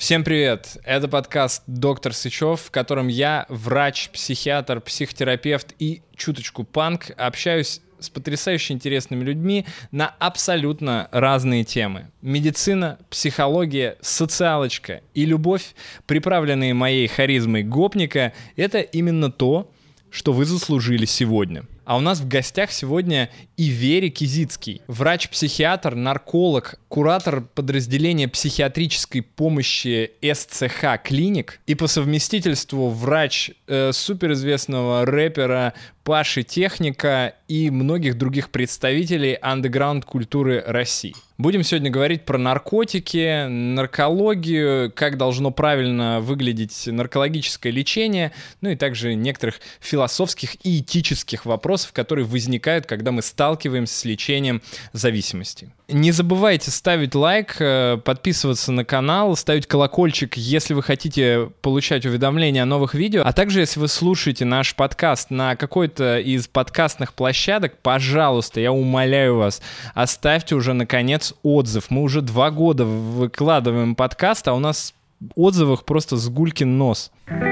Всем привет! Это подкаст «Доктор Сычев», в котором я, врач, психиатр, психотерапевт и чуточку панк, общаюсь с потрясающе интересными людьми на абсолютно разные темы. Медицина, психология, социалочка и любовь, приправленные моей харизмой гопника, это именно то, что вы заслужили сегодня. А у нас в гостях сегодня Иверий Кизицкий, врач-психиатр, нарколог, куратор подразделения психиатрической помощи СЦХ Клиник и по совместительству врач суперизвестного рэпера Паши Техника и многих других представителей андеграунд-культуры России. Будем сегодня говорить про наркотики, наркологию, как должно правильно выглядеть наркологическое лечение, ну и также некоторых философских и этических вопросов, которые возникают, когда мы сталкиваемся с лечением зависимости. Не забывайте ставить лайк, подписываться на канал, ставить колокольчик, если вы хотите получать уведомления о новых видео. А также, если вы слушаете наш подкаст на какой-то из подкастных площадок, пожалуйста, я умоляю вас, оставьте уже, наконец, отзыв. Мы уже 2 года выкладываем подкаст, а у нас отзывов просто с гулькин нос.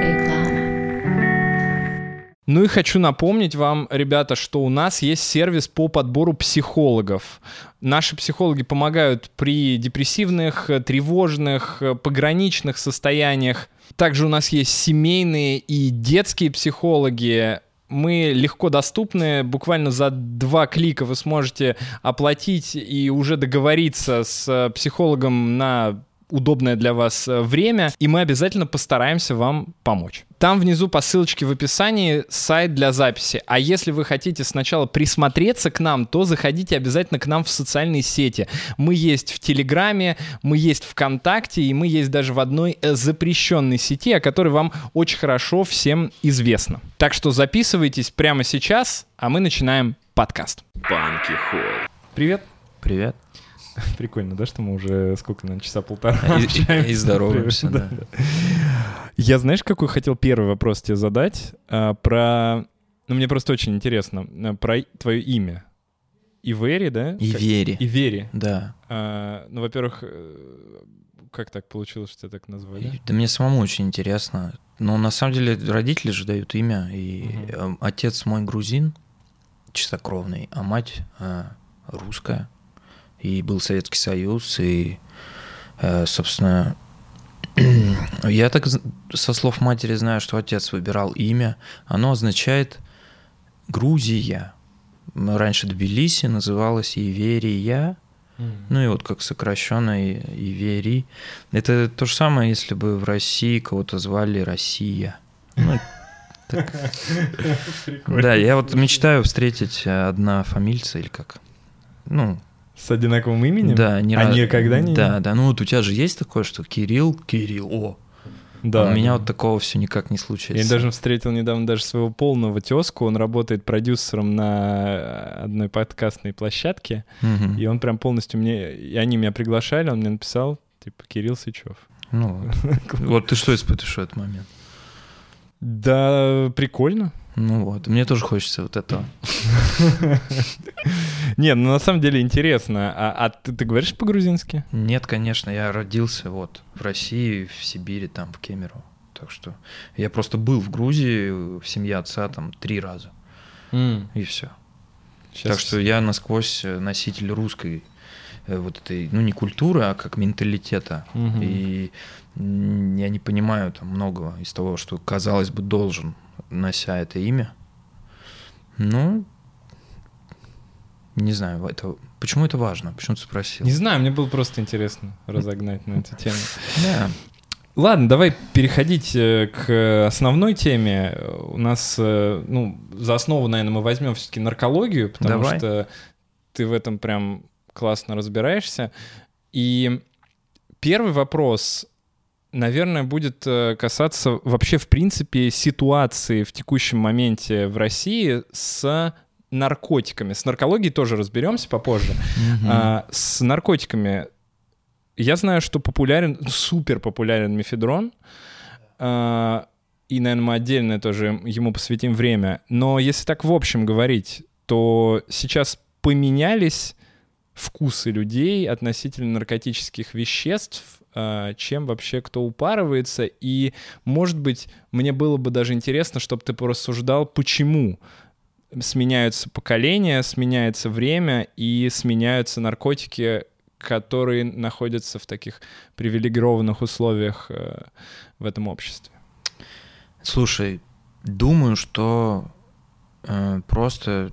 Ну и хочу напомнить вам, ребята, что у нас есть сервис по подбору психологов. Наши психологи помогают при депрессивных, тревожных, пограничных состояниях. Также у нас есть семейные и детские психологи. Мы легко доступны, буквально за 2 клика вы сможете оплатить и уже договориться с психологом на удобное для вас время, и мы обязательно постараемся вам помочь. Там внизу по ссылочке в описании сайт для записи. А если вы хотите сначала присмотреться к нам, то заходите обязательно к нам в социальные сети. Мы есть в Телеграме, мы есть в ВКонтакте, и мы есть даже в одной запрещенной сети, о которой вам очень хорошо всем известно. Так что записывайтесь прямо сейчас, а мы начинаем подкаст. Панки Холл. Привет. Привет. Прикольно, да, что мы уже сколько, наверное, часа полтора и здороваемся, да. Я, знаешь, какой хотел первый вопрос тебе задать? Ну, мне просто очень интересно, про твое имя. Иверий, да? Иверий. Иверий. Да. Ну, во-первых, как так получилось, что тебя так назвали? Да мне самому очень интересно. Но на самом деле родители же дают имя, и отец мой грузин, чистокровный, а мать русская. И был Советский Союз, и, собственно, я так со слов матери знаю, что отец выбирал имя. Оно означает Грузия. Раньше Тбилиси называлась Иверия, ну и вот как сокращенно Иверий. Это то же самое, если бы в России кого-то звали Россия. Ну, да, я вот мечтаю встретить однофамильца или как, ну... С одинаковым именем? Да. Никогда не... Да. Ну вот у тебя же есть такое, что Кирилл, Да. А у меня вот такого все никак не случается. Я даже встретил недавно даже своего полного тезку, он работает продюсером на одной подкастной площадке, и он прям полностью и они меня приглашали, он мне написал, типа, Кирилл Сычев. Ну вот ты что испытываешь в этот момент? Да, прикольно. Ну вот, мне тоже хочется вот этого. Не, ну на самом деле интересно. А ты говоришь по-грузински? Нет, конечно, я родился вот в России, в Сибири, там, в Кемерово. Так что я просто был в Грузии, в семье отца там 3 раза. И все. Так что я насквозь носитель русской вот этой, ну не культуры, а как менталитета. И я не понимаю там многого из того, что, казалось бы, должен, нося это имя. Ну, не знаю, почему это важно? Почему ты спросил? Не знаю, мне было просто интересно разогнать на эту тему. Да. Ладно, давай переходить к основной теме. У нас, ну, за основу, наверное, мы возьмем все-таки наркологию, потому что ты в этом прям классно разбираешься. И первый вопрос, наверное, будет касаться вообще, в принципе, ситуации в текущем моменте в России с наркотиками. С наркологией тоже разберемся попозже. С наркотиками я знаю, что супер популярен мефедрон. И, наверное, мы отдельно тоже ему посвятим время. Но если так в общем говорить, то сейчас поменялись вкусы людей относительно наркотических веществ. чем вообще кто упарывается, и, может быть, мне было бы даже интересно, чтобы ты порассуждал, почему сменяются поколения, сменяется время и сменяются наркотики, которые находятся в таких привилегированных условиях в этом обществе. Слушай, думаю, что просто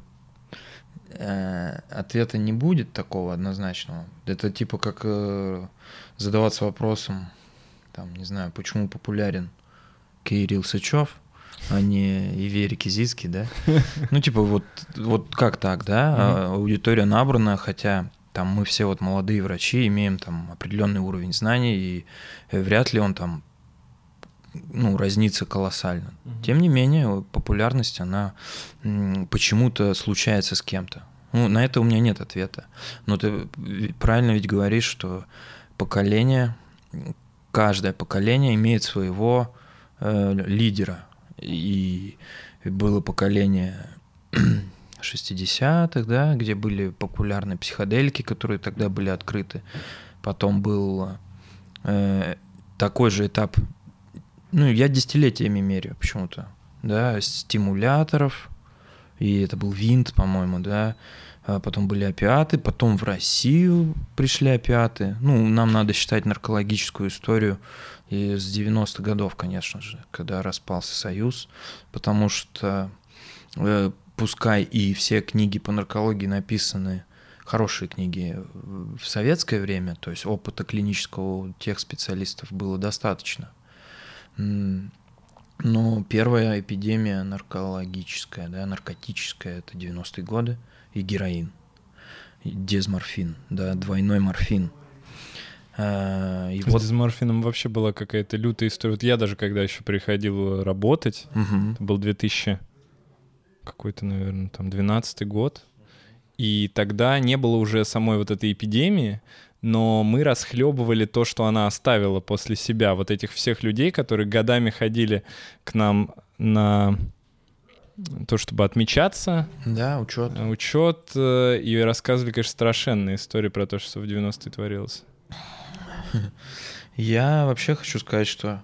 ответа не будет такого однозначного. Это типа как задаваться вопросом, там, не знаю, почему популярен Кирилл Сычев, а не Евгений Кизицкий, да? Ну, типа, вот как так, да? Аудитория набрана, хотя там мы все вот молодые врачи, имеем там определенный уровень знаний, и вряд ли он там, ну, разнится колоссально. Тем не менее, популярность, она почему-то случается с кем-то. Ну, на это у меня нет ответа. Но ты правильно ведь говоришь, что поколение, каждое поколение имеет своего лидера. И было поколение 60-х, да, где были популярны психоделики, которые тогда были открыты. Потом был такой же этап, ну, я десятилетиями меряю почему-то, да, стимуляторов, и это был винт, по-моему, да, потом были опиаты, потом в Россию пришли опиаты. Ну, нам надо считать наркологическую историю с 90-х годов, конечно же, когда распался Союз, потому что пускай и все книги по наркологии написаны, хорошие книги, в советское время, то есть опыта клинического у тех специалистов было достаточно. Но первая эпидемия наркологическая, да, наркотическая, это 90-е годы, и героин, и дезморфин, да, двойной морфин. И с дезморфином вообще была какая-то лютая история. Вот я даже когда еще приходил работать, это был 2000 какой-то, наверное, там 12-й год, и тогда не было уже самой вот этой эпидемии, но мы расхлебывали то, что она оставила после себя. Вот этих всех людей, которые годами ходили к нам на то, чтобы отмечаться. Да, учет. И рассказывали, конечно, страшенные истории про то, что в 90-е творилось. Я вообще хочу сказать, что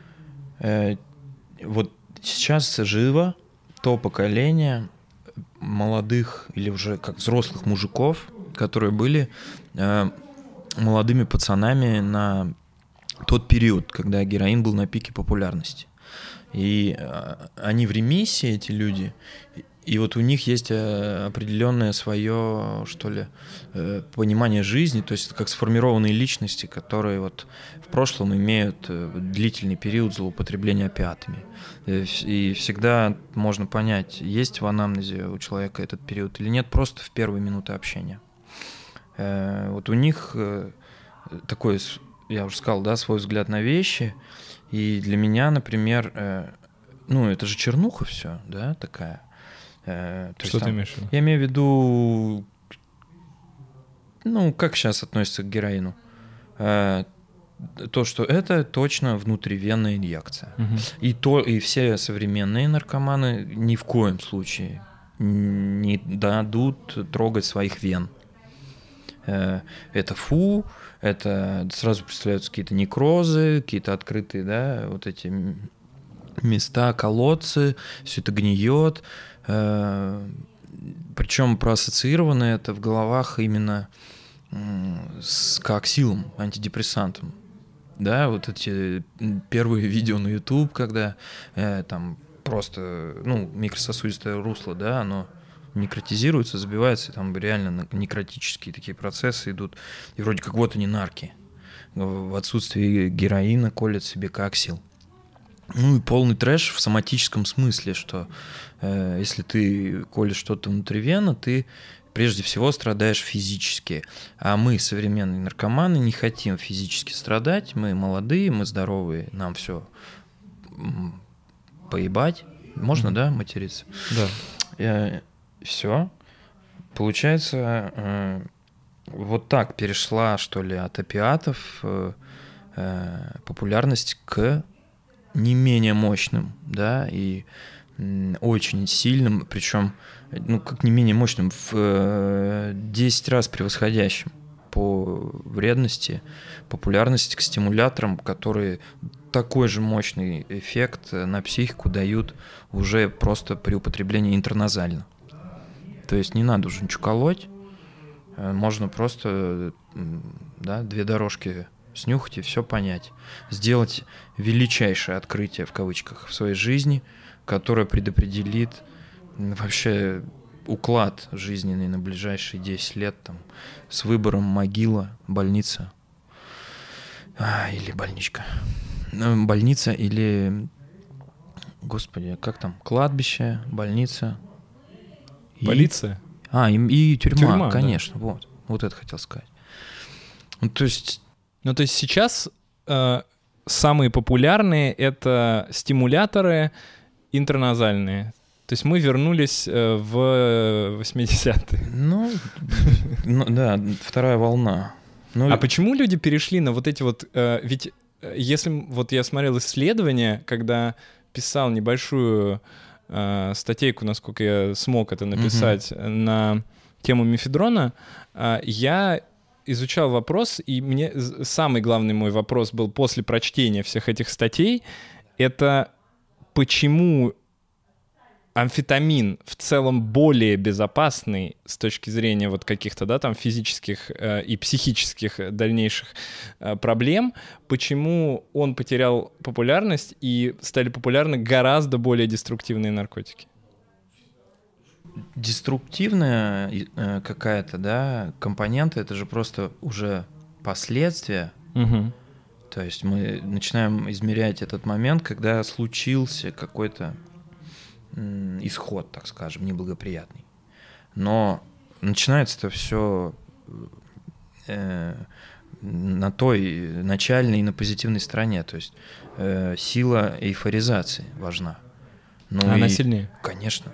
вот сейчас живо то поколение молодых или уже как взрослых мужиков, которые были молодыми пацанами на тот период, когда героин был на пике популярности. И они в ремиссии, эти люди, и вот у них есть определенное свое, что ли, понимание жизни, то есть как сформированные личности, которые вот в прошлом имеют длительный период злоупотребления опиатами. И всегда можно понять, есть в анамнезе у человека этот период или нет, просто в первые минуты общения. Вот у них такой, я уже сказал, да, свой взгляд на вещи, и для меня, например, ну, это же чернуха все, да, такая. Что ты имеешь в виду? Я имею в виду, ну, как сейчас относятся к героину? То, что это точно внутривенная инъекция. И все современные наркоманы ни в коем случае не дадут трогать своих вен. Это это сразу представляются какие-то некрозы, какие-то открытые, да, вот эти места, колодцы, все это гниет. Причем проассоциировано это в головах именно с коаксилом, антидепрессантом. Да, вот эти первые видео на YouTube, когда там просто, ну, микрососудистое русло, да, оно некротизируется, забивается, и там реально некротические такие процессы идут. И вроде как вот они нарки. В отсутствии героина колят себе коаксил. Ну и полный трэш в соматическом смысле, что если ты колешь что-то внутривенно, ты прежде всего страдаешь физически. А мы, современные наркоманы, не хотим физически страдать. Мы молодые, мы здоровые, нам все поебать. Можно, да, материться? Да. Все. Получается, вот так перешла, что ли, от опиатов популярность к не менее мощным, да, и очень сильным, причем, ну, как не менее мощным, в 10 раз превосходящим по вредности, популярности к стимуляторам, которые такой же мощный эффект на психику дают уже просто при употреблении интраназально. То есть не надо уже ничего колоть, можно просто 2 дорожки снюхать и все понять. Сделать величайшее открытие, в кавычках, в своей жизни, которое предопределит вообще уклад жизненный на ближайшие 10 лет там, с выбором могила, больница или больничка. Больница или, господи, как там, кладбище, больница. Полиция? И тюрьма, конечно, да. Вот это хотел сказать. То есть сейчас самые популярные — это стимуляторы интраназальные. То есть мы вернулись в 80-е. Да, вторая волна. А почему люди перешли на вот эти вот... Ведь если... Вот я смотрел исследования, когда писал небольшую статейку, насколько я смог это написать, на тему мефедрона, я изучал вопрос, и мне самый главный мой вопрос был после прочтения всех этих статей, это почему амфетамин в целом более безопасный с точки зрения вот каких-то, да, там физических и психических дальнейших проблем, почему он потерял популярность и стали популярны гораздо более деструктивные наркотики? Деструктивная какая-то, да, компонента, это же просто уже последствия. Угу. То есть мы начинаем измерять этот момент, когда случился какой-то исход, так скажем, неблагоприятный. Но начинается это все на той начальной и на позитивной стороне. То есть сила эйфоризации важна. Она сильнее? Конечно.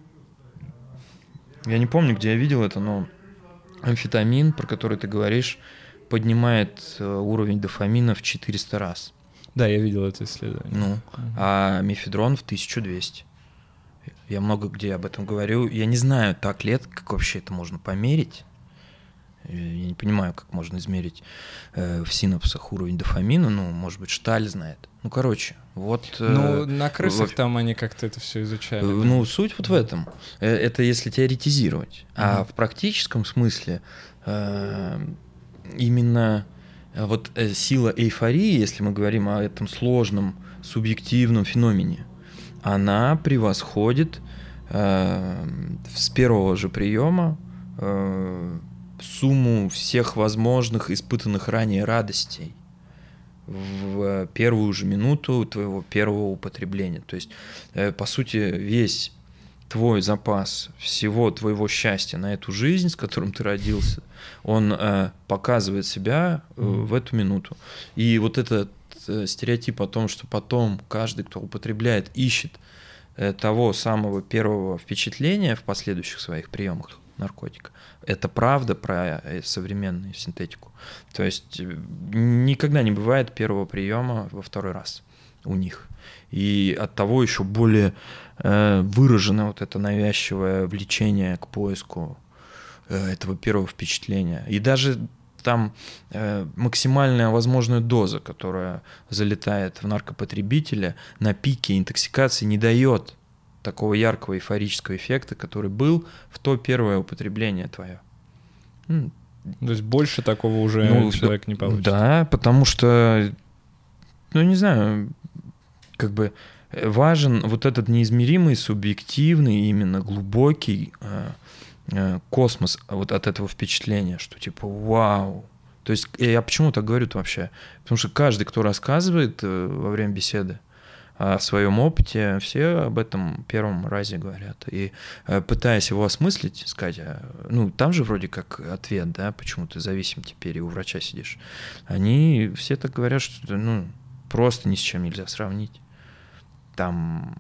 Я не помню, где я видел это, но амфетамин, про который ты говоришь, поднимает уровень дофамина в 400 раз. Да, я видел это исследование. А мефедрон в 1200. Я много где об этом говорю. Я не знаю, так ли это, как вообще это можно померить. Я не понимаю, как можно измерить в синапсах уровень дофамина. Может быть, Шталь знает. На крысах там они как-то это все изучали. Суть вот в этом. Это если теоретизировать. А в практическом смысле именно вот сила эйфории, если мы говорим о этом сложном субъективном феномене, она превосходит с первого же приема сумму всех возможных испытанных ранее радостей в первую же минуту твоего первого употребления. То есть, по сути, весь твой запас всего твоего счастья на эту жизнь, с которым ты родился, он показывает себя в эту минуту. И вот этот стереотип о том, что потом каждый, кто употребляет, ищет того самого первого впечатления в последующих своих приемах наркотика. Это правда про современную синтетику. То есть никогда не бывает первого приема во второй раз у них. И оттого еще более выражено вот это навязчивое влечение к поиску этого первого впечатления. И даже там максимальная возможная доза, которая залетает в наркопотребителя на пике интоксикации, не дает такого яркого эйфорического эффекта, который был в то первое употребление твое. То есть больше такого уже человек не получит. Да, потому что, не знаю, как бы важен вот этот неизмеримый, субъективный, именно глубокий космос вот от этого впечатления, что типа вау. То есть я почему так говорю-то вообще? Потому что каждый, кто рассказывает во время беседы о своем опыте, все об этом первом разе говорят. И пытаясь его осмыслить, сказать, там же вроде как ответ, да, почему ты зависим теперь и у врача сидишь. Они все так говорят, что просто ни с чем нельзя сравнить. Там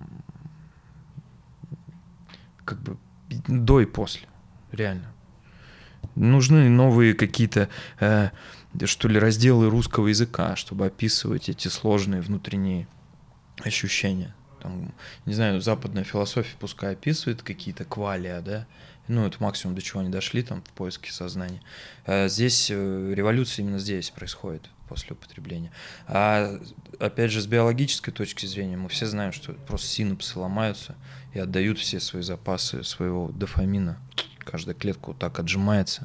как бы до и после, реально. Нужны новые какие-то, что ли, разделы русского языка, чтобы описывать эти сложные внутренние ощущения. Там, не знаю, западная философия пускай описывает какие-то квалия, да, ну, это максимум, до чего они дошли там в поиске сознания. Здесь революция именно здесь происходит после употребления. А опять же, с биологической точки зрения мы все знаем, что просто синапсы ломаются и отдают все свои запасы своего дофамина. Каждая клетка вот так отжимается.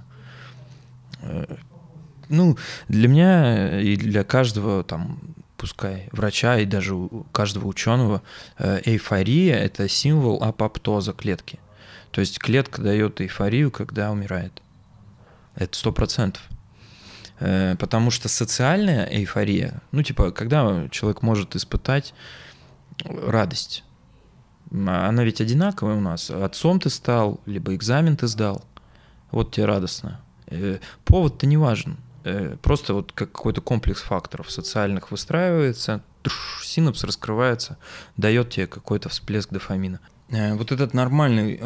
Ну, для меня и для каждого там, пускай врача и даже у каждого ученого, эйфория – это символ апоптоза клетки. То есть клетка дает эйфорию, когда умирает. Это 100%. Потому что социальная эйфория, ну, типа, когда человек может испытать радость, она ведь одинаковая у нас. Отцом ты стал, либо экзамен ты сдал. Вот тебе радостно. Повод-то не важен. Просто вот как какой-то комплекс факторов социальных выстраивается, синапс раскрывается, дает тебе какой-то всплеск дофамина. Вот этот нормальный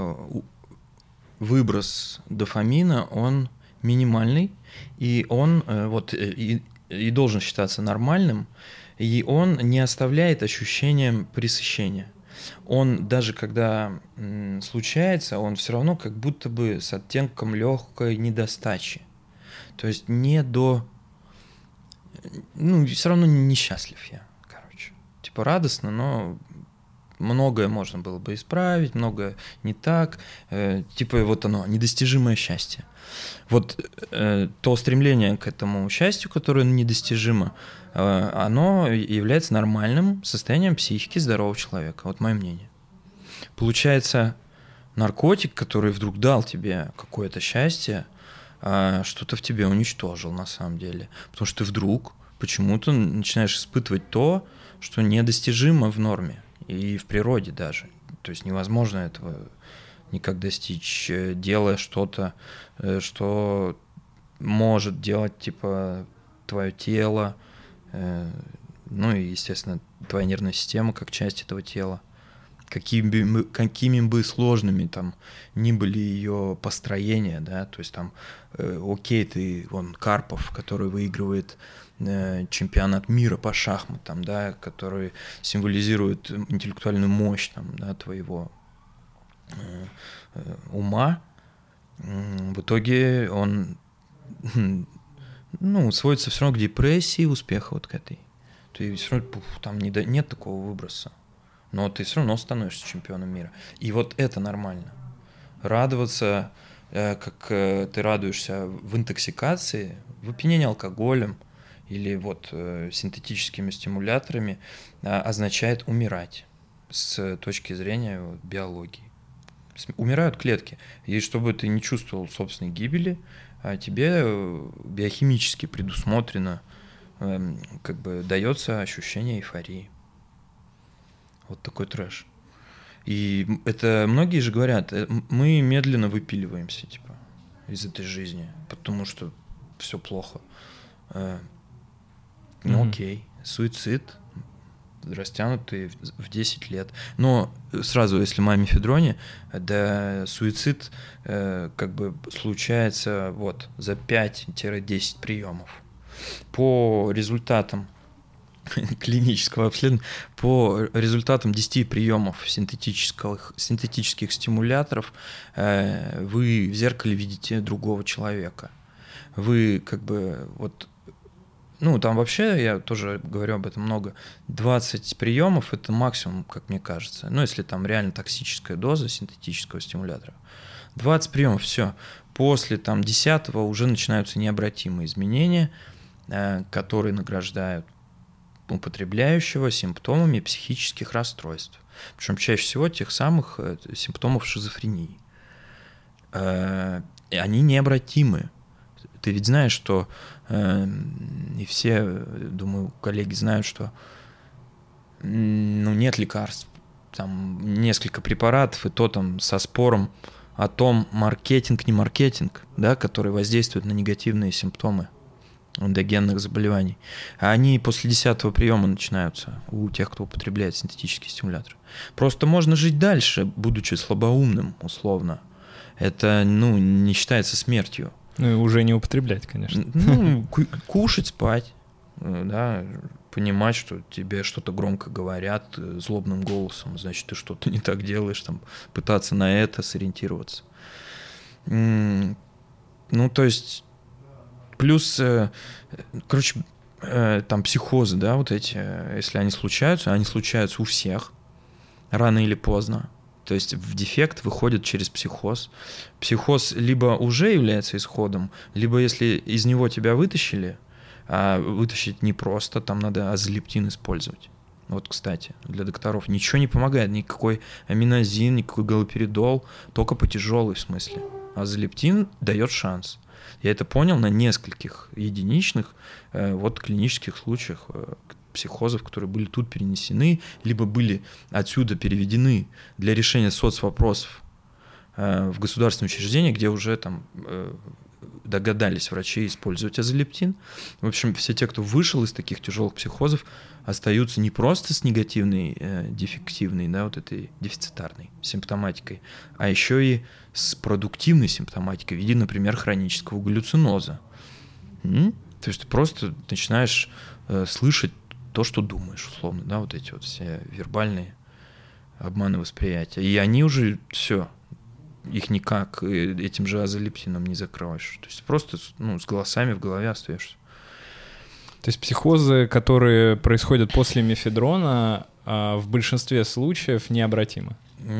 выброс дофамина, он минимальный, и он вот и должен считаться нормальным, и он не оставляет ощущения пресыщения. Он даже когда случается, он все равно как будто бы с оттенком легкой недостачи. То есть не до... Ну, все равно несчастлив я, короче. Типа радостно, но многое можно было бы исправить, многое не так. Типа вот оно, недостижимое счастье. Вот то стремление к этому счастью, которое недостижимо, оно является нормальным состоянием психики здорового человека. Вот мое мнение. Получается, наркотик, который вдруг дал тебе какое-то счастье, что-то в тебе уничтожил на самом деле. Потому что ты вдруг почему-то начинаешь испытывать то, что недостижимо в норме и в природе даже. То есть невозможно этого никак достичь, делая что-то, что может делать типа твое тело, ну и, естественно, твоя нервная система как часть этого тела. Какими бы сложными там ни были ее построения, да, то есть там, окей, ты, вон, Карпов, который выигрывает чемпионат мира по шахматам, да, который символизирует интеллектуальную мощь там, да, твоего ума, в итоге он, ну, сводится все равно к депрессии, успеха вот к этой. То есть все равно там нет такого выброса. Но ты все равно становишься чемпионом мира. И вот это нормально. Радоваться, как ты радуешься в интоксикации, в опьянении алкоголем или вот синтетическими стимуляторами, означает умирать с точки зрения биологии. Умирают клетки. И чтобы ты не чувствовал собственной гибели, тебе биохимически предусмотрено, как бы дается ощущение эйфории. Вот такой трэш. И это многие же говорят, мы медленно выпиливаемся, типа, из этой жизни, потому что все плохо. Ну окей, суицид, растянутый в 10 лет. Но сразу, если мы о мефедроне, да, суицид как бы случается вот за 5-10 приемов. По результатам клинического обследования, по результатам 10 приемов синтетических стимуляторов вы в зеркале видите другого человека. Вы как бы вот, ну там вообще, я тоже говорю об этом много, 20 приемов это максимум, как мне кажется. Ну если там реально токсическая доза синтетического стимулятора. 20 приемов, все. После там 10-го уже начинаются необратимые изменения, которые награждают употребляющего симптомами психических расстройств. Причем чаще всего тех самых симптомов шизофрении. И они необратимы. Ты ведь знаешь, что и все, думаю, коллеги знают, что ну, нет лекарств. Там несколько препаратов, и то там со спором о том, маркетинг, не маркетинг, да, который воздействует на негативные симптомы эндогенных заболеваний. А они после 10-го приема начинаются у тех, кто употребляет синтетические стимуляторы. Просто можно жить дальше, будучи слабоумным, условно. Это, ну, не считается смертью. Ну и уже не употреблять, конечно. Ну, кушать, спать, да, понимать, что тебе что-то громко говорят злобным голосом, значит, ты что-то не так делаешь, там, пытаться на это сориентироваться. Ну, то есть, плюс, короче, там психозы, да, вот эти, если они случаются у всех, рано или поздно. То есть в дефект выходит через психоз. Психоз либо уже является исходом, либо если из него тебя вытащили, а вытащить непросто, там надо азолептин использовать. Вот, кстати, для докторов ничего не помогает, никакой аминозин, никакой галоперидол, только по тяжелой в смысле. Азолептин дает шанс. Я это понял на нескольких единичных вот клинических случаях психозов, которые были тут перенесены, либо были отсюда переведены для решения соцвопросов в государственные учреждения, где уже там догадались врачи использовать азолептин. В общем, все те, кто вышел из таких тяжелых психозов, остаются не просто с негативной, дефективной, да, вот этой дефицитарной симптоматикой, а еще и с продуктивной симптоматикой в виде, например, хронического галлюциноза. То есть ты просто начинаешь слышать то, что думаешь, условно, да, вот эти вот все вербальные обманы восприятия. И они уже все, их никак этим же азолептином не закроешь. То есть просто с голосами в голове остаешься. То есть психозы, которые происходят после мефедрона, в большинстве случаев необратимы?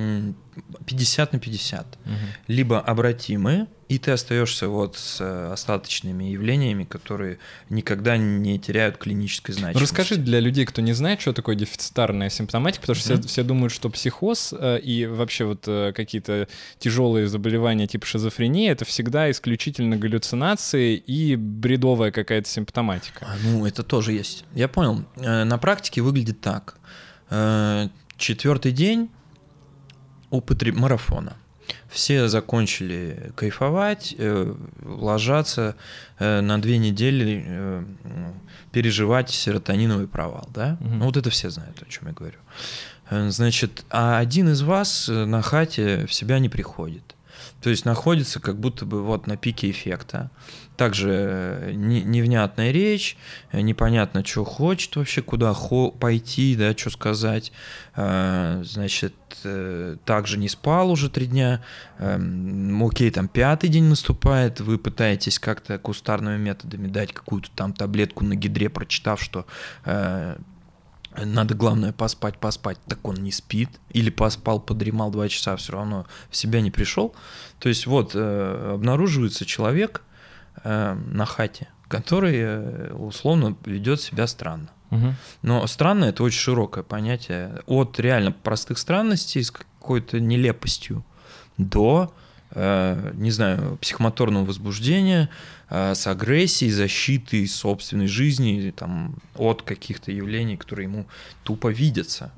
50/50. Либо обратимы, и ты остаешься вот с остаточными явлениями, которые никогда не теряют клинической значимости. Расскажи для людей, кто не знает, что такое дефицитарная симптоматика, потому что все думают, что психоз и вообще вот какие-то тяжелые заболевания типа шизофрении — это всегда исключительно галлюцинации и бредовая какая-то симптоматика. Это тоже есть. Я понял. На практике выглядит так. 4-й день марафона. Все закончили кайфовать, ложатся на 2 недели переживать серотониновый провал, да? Вот это все знают, о чем я говорю. Значит, а один из вас на хате в себя не приходит. То есть находится как будто бы вот на пике эффекта. Также невнятная речь, непонятно, что хочет вообще, куда пойти, да, что сказать. Значит, также не спал уже 3 дня. Окей, там 5-й день наступает, вы пытаетесь как-то кустарными методами дать какую-то там таблетку на гидре, прочитав, что надо, главное, поспать, так он не спит. Или поспал, подремал 2 часа, все равно в себя не пришел. То есть вот обнаруживается человек на хате, который условно ведет себя странно. Но странно — это очень широкое понятие. От реально простых странностей с какой-то нелепостью до, не знаю, психомоторного возбуждения, с агрессией, защитой собственной жизни там, от каких-то явлений, которые ему тупо видятся.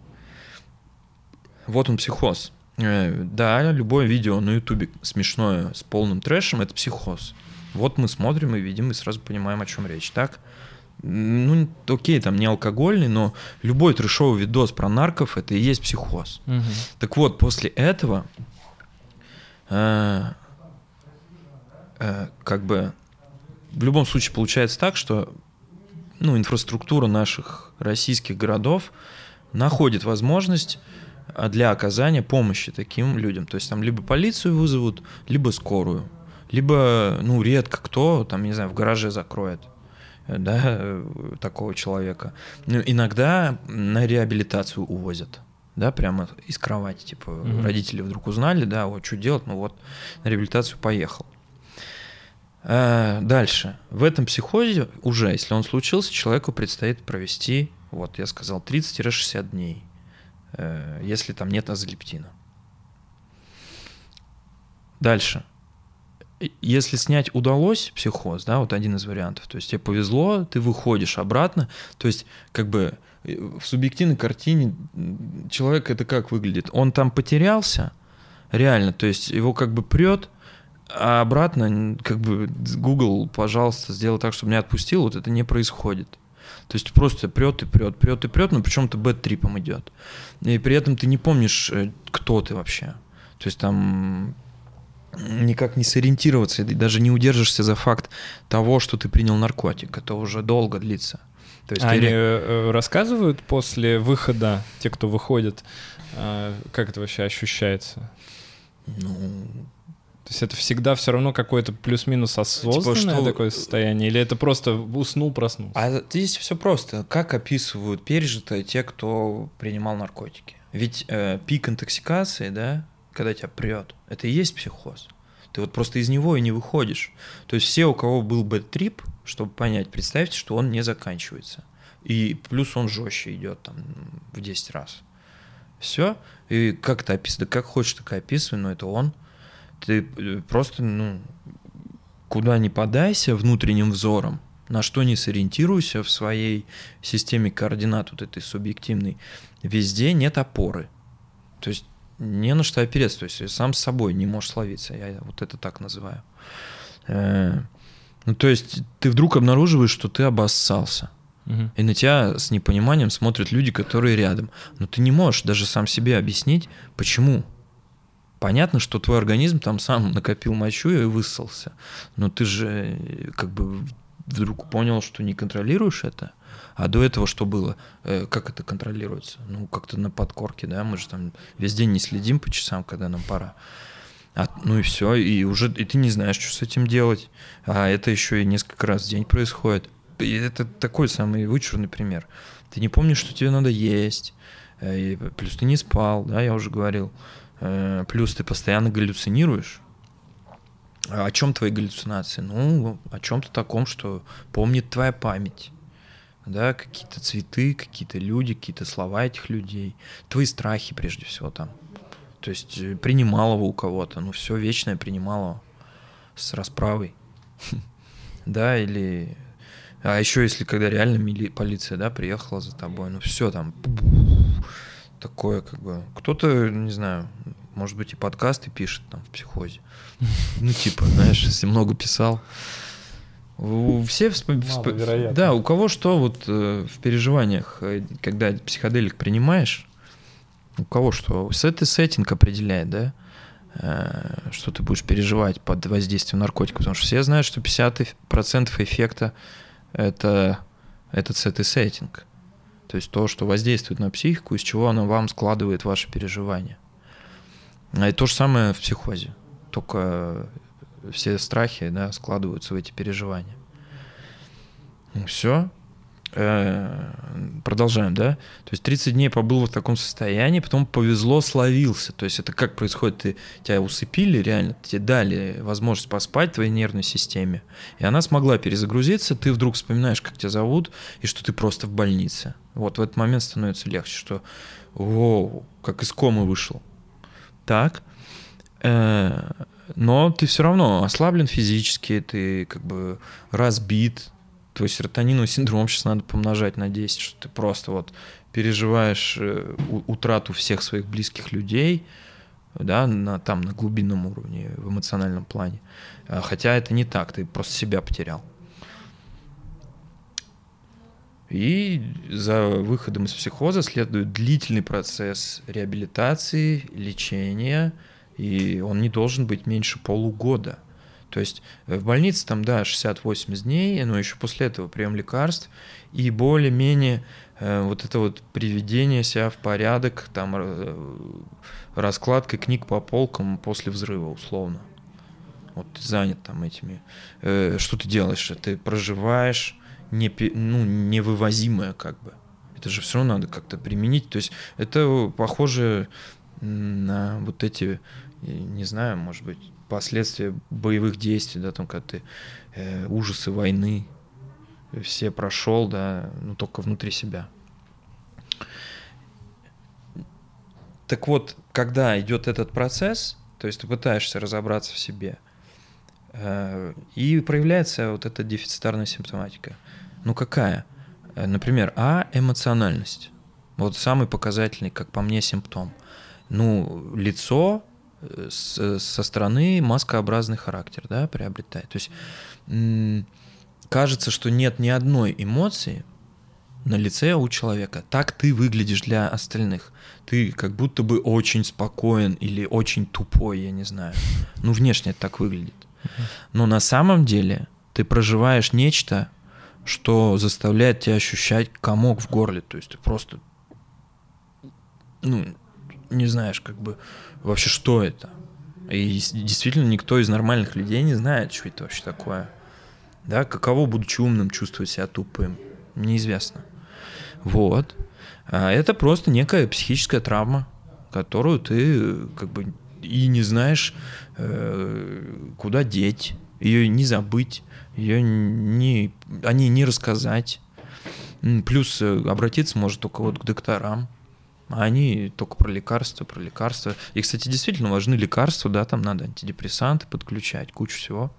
Вот он, психоз. Да, любое видео на Ютубе смешное с полным трэшем — это психоз. Вот мы смотрим и видим, и сразу понимаем, о чем речь, так? Окей, там не алкогольный, но любой трэшовый видос про нарков — это и есть психоз. Так вот, после этого как бы в любом случае получается так, что инфраструктура наших российских городов находит возможность для оказания помощи таким людям. То есть там либо полицию вызовут, либо скорую, либо, редко кто, там, не знаю, в гараже закроет, да, такого человека. Иногда на реабилитацию увозят, да, прямо из кровати, типа, родители вдруг узнали, да, вот что делать, на реабилитацию поехал. Дальше. В этом психозе уже, если он случился, человеку предстоит провести, вот я сказал, 30-60 дней, если там нет азолептина. Дальше. Если снять удалось психоз, да, вот один из вариантов, то есть тебе повезло, ты выходишь обратно, то есть как бы в субъективной картине человек это как выглядит? Он там потерялся, реально, то есть его как бы прет, а обратно как бы Google, пожалуйста, сделай так, чтобы меня отпустил, вот это не происходит. То есть просто прет, но причем-то бэд-трипом идет. И при этом ты не помнишь, кто ты вообще. То есть там никак не сориентироваться, и даже не удержишься за факт того, что ты принял наркотик. Это уже долго длится. То есть они рассказывают после выхода, те, кто выходит, как это вообще ощущается? Ну... То есть это всегда все равно какое-то плюс-минус осознанное такое состояние? Или это просто уснул, проснулся? А здесь все просто. Как описывают пережитое те, кто принимал наркотики? Ведь пик интоксикации, да, когда тебя прет, это и есть психоз. Ты вот просто из него и не выходишь. То есть все, у кого был бэд-трип, чтобы понять, представьте, что он не заканчивается. И плюс он жестче идет там в 10 раз. Все. И как это описывать? Да как хочешь, так и описывай, но это он. Ты просто, куда ни подайся внутренним взором, на что не сориентируйся в своей системе координат вот этой субъективной, везде нет опоры. То есть не на что опереться, то есть сам с собой не можешь словиться, я вот это так называю. То есть ты вдруг обнаруживаешь, что ты обоссался. И на тебя с непониманием смотрят люди, которые рядом. Но ты не можешь даже сам себе объяснить, почему. Понятно, что твой организм там сам накопил мочу и высосался. Но ты же как бы вдруг понял, что не контролируешь это. А до этого что было? Как это контролируется? Как-то на подкорке, да? Мы же там весь день не следим по часам, когда нам пора. И все, и ты не знаешь, что с этим делать. А это еще и несколько раз в день происходит. И это такой самый вычурный пример. Ты не помнишь, что тебе надо есть. И плюс ты не спал, да, я уже говорил. Плюс ты постоянно галлюцинируешь. А о чем твои галлюцинации? О чем-то таком, что помнит твоя память. Да, какие-то цветы, какие-то люди, какие-то слова этих людей. Твои страхи, прежде всего, там. То есть принималово у кого-то. Все вечное принималово с расправой. Да, или... А еще если когда реально полиция, да, приехала за тобой, все там... Такое как бы... Кто-то, не знаю, может быть, и подкасты пишет там в психозе. Знаешь, если много писал. Все да, у кого что вот в переживаниях, когда психоделик принимаешь, у кого что. Это сеттинг определяет, да, что ты будешь переживать под воздействием наркотиков. Потому что все знают, что 50% эффекта это этот сеттинг. То есть то, что воздействует на психику, из чего оно вам складывает ваши переживания. И то же самое в психозе. Только все страхи, да, складываются в эти переживания. Все. Продолжаем, да? То есть 30 дней побыл в таком состоянии, потом повезло, словился. То есть это как происходит? Тебя усыпили реально, тебе дали возможность поспать твоей нервной системе, и она смогла перезагрузиться, ты вдруг вспоминаешь, как тебя зовут, и что ты просто в больнице. Вот в этот момент становится легче, что как из комы вышел. Так. Но ты все равно ослаблен физически, ты как бы разбит. Твой серотониновый синдром сейчас надо помножать на 10, что ты просто вот переживаешь утрату всех своих близких людей, да, на глубинном уровне, в эмоциональном плане. Хотя это не так, ты просто себя потерял. И за выходом из психоза следует длительный процесс реабилитации, лечения, и он не должен быть меньше полугода. То есть в больнице там, да, 60-80 дней, но еще после этого прием лекарств и более-менее вот это вот приведение себя в порядок, там раскладка книг по полкам после взрыва, условно. Вот ты занят там этими. Что ты делаешь? Ты проживаешь невывозимое как бы. Это же все равно надо как-то применить. То есть это похоже на вот эти, не знаю, может быть, последствия боевых действий, да, там, когда ты ужасы войны все прошел, да, только внутри себя. Так вот, когда идет этот процесс, то есть ты пытаешься разобраться в себе, и проявляется вот эта дефицитарная симптоматика. Какая? Например, эмоциональность. Вот самый показательный, как по мне, симптом. Лицо со стороны маскообразный характер, да, приобретает. То есть кажется, что нет ни одной эмоции на лице у человека. Так ты выглядишь для остальных. Ты как будто бы очень спокоен или очень тупой, я не знаю. Внешне это так выглядит. Но на самом деле ты проживаешь нечто, что заставляет тебя ощущать комок в горле. То есть ты просто, не знаешь, как бы вообще, что это. И действительно никто из нормальных людей не знает, что это вообще такое. Да, каково, будучи умным, чувствовать себя тупым, неизвестно. Вот. А это просто некая психическая травма, которую ты как бы и не знаешь, куда деть, ее не забыть, ее о ней не рассказать. Плюс обратиться может только вот к докторам, а они только про лекарства. И, кстати, действительно важны лекарства, да, там надо антидепрессанты подключать, кучу всего.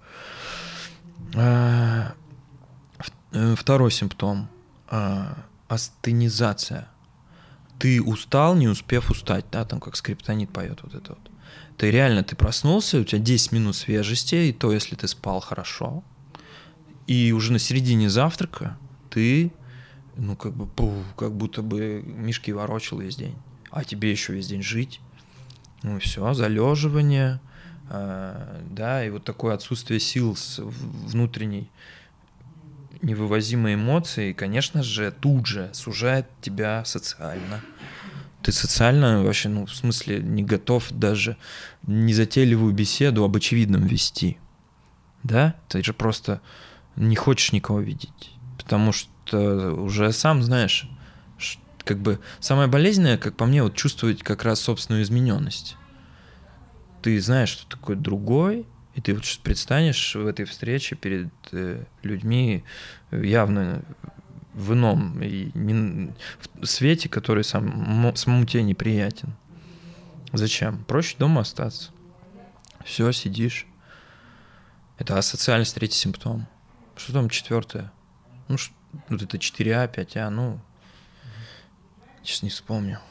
Второй симптом – астенизация. Ты устал, не успев устать, да, там как Скриптонит поет вот это вот. Ты проснулся, у тебя 10 минут свежести, и то, если ты спал хорошо, и уже на середине завтрака ты, как будто бы мишки ворочал весь день, а тебе еще весь день жить, и все, залеживание, да, и вот такое отсутствие сил внутренней, невывозимые эмоции, конечно же, тут же сужает тебя социально. Ты социально вообще, в смысле, не готов даже незатейливую беседу об очевидном вести. Да? Ты же просто не хочешь никого видеть. Потому что уже сам знаешь, как бы самое болезненное, как по мне, вот чувствовать как раз собственную измененность. Ты знаешь, что такое другой, и ты вот сейчас предстанешь в этой встрече перед людьми явно в ином и в свете, который самому тебе неприятен. Зачем? Проще дома остаться. Все, сидишь. Это асоциальность, третий симптом. Что там четвертое? Вот это 4А, 5А, сейчас не вспомню.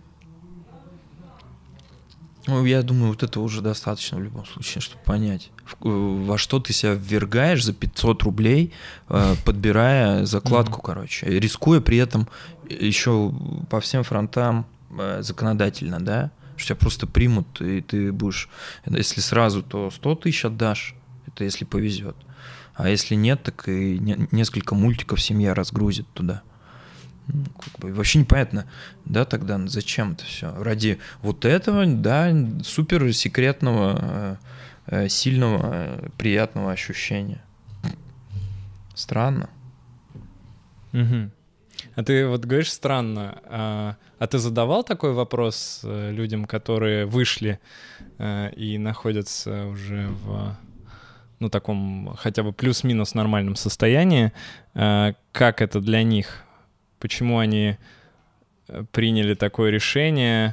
Я думаю, вот этого уже достаточно в любом случае, чтобы понять, во что ты себя ввергаешь за 500 рублей, подбирая закладку, рискуя при этом еще по всем фронтам законодательно, да, что тебя просто примут, и ты будешь, если сразу, то 100 тысяч отдашь, это если повезет, а если нет, так и несколько мультиков семья разгрузит туда. Вообще непонятно, да, тогда зачем это все? Ради вот этого, да, супер секретного, сильного, приятного ощущения. Странно. Угу. А ты вот говоришь странно, а ты задавал такой вопрос людям, которые вышли и находятся уже в таком хотя бы плюс-минус нормальном состоянии, как это для них? Почему они приняли такое решение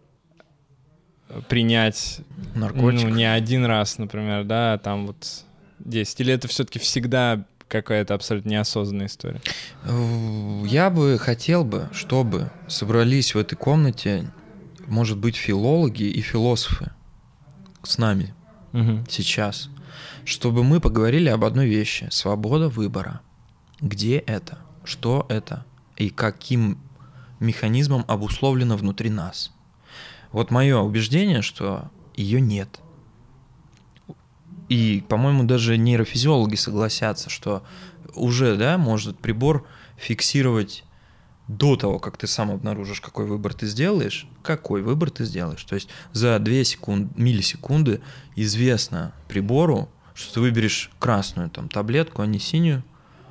принять наркотик? Не один раз, например, да, там вот 10. Или это все-таки всегда какая-то абсолютно неосознанная история? Я бы хотел, чтобы собрались в этой комнате, может быть, филологи и философы с нами сейчас, чтобы мы поговорили об одной вещи – свобода выбора. Где это? Что это? И каким механизмом обусловлено внутри нас. Вот мое убеждение, что ее нет. И, по-моему, даже нейрофизиологи согласятся, что уже, да, может прибор фиксировать до того, как ты сам обнаружишь, какой выбор ты сделаешь. То есть за 2 миллисекунды известно прибору, что ты выберешь красную там таблетку, а не синюю.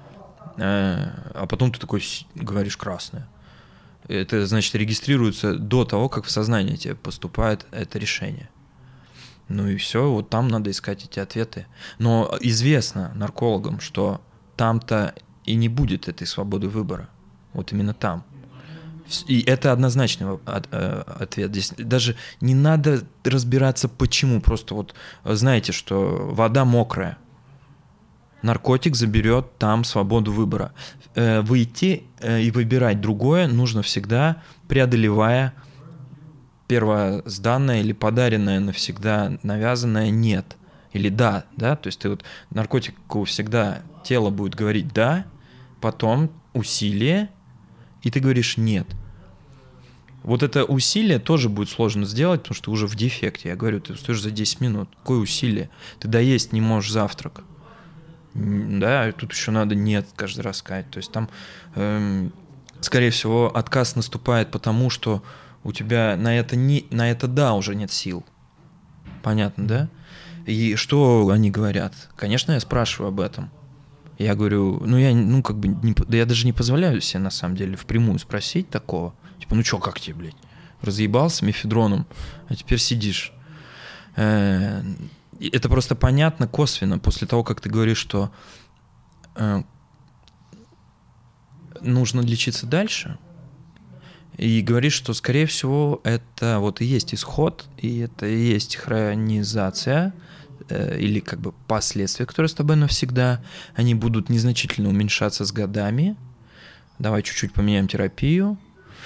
А потом ты такой говоришь красное. Это, значит, регистрируется до того, как в сознание тебе поступает это решение. И все, вот там надо искать эти ответы. Но известно наркологам, что там-то и не будет этой свободы выбора. Вот именно там. И это однозначный ответ. Здесь даже не надо разбираться, почему. Просто вот знаете, что вода мокрая. Наркотик заберет там свободу выбора. Выйти и выбирать другое нужно всегда, преодолевая первозданное или подаренное навсегда, навязанное «нет». Или «да». То есть ты вот наркотику всегда тело будет говорить «да», потом усилие, и ты говоришь «нет». Вот это усилие тоже будет сложно сделать, потому что ты уже в дефекте. Я говорю, ты стоишь за 10 минут. Какое усилие? Ты доесть не можешь завтрак. Да, тут еще надо нет каждый раз сказать. То есть там, скорее всего, отказ наступает потому, что у тебя на это да уже нет сил. Понятно, да? И что они говорят? Конечно, я спрашиваю об этом. Я говорю, я даже не позволяю себе, на самом деле, впрямую спросить такого. Типа, ну чё, как тебе, блядь? Разъебался мефедроном, а теперь сидишь. Это просто понятно косвенно после того, как ты говоришь, что нужно лечиться дальше, и говоришь, что, скорее всего, это вот и есть исход, и это и есть хронизация, или как бы последствия, которые с тобой навсегда, они будут незначительно уменьшаться с годами. Давай чуть-чуть поменяем терапию.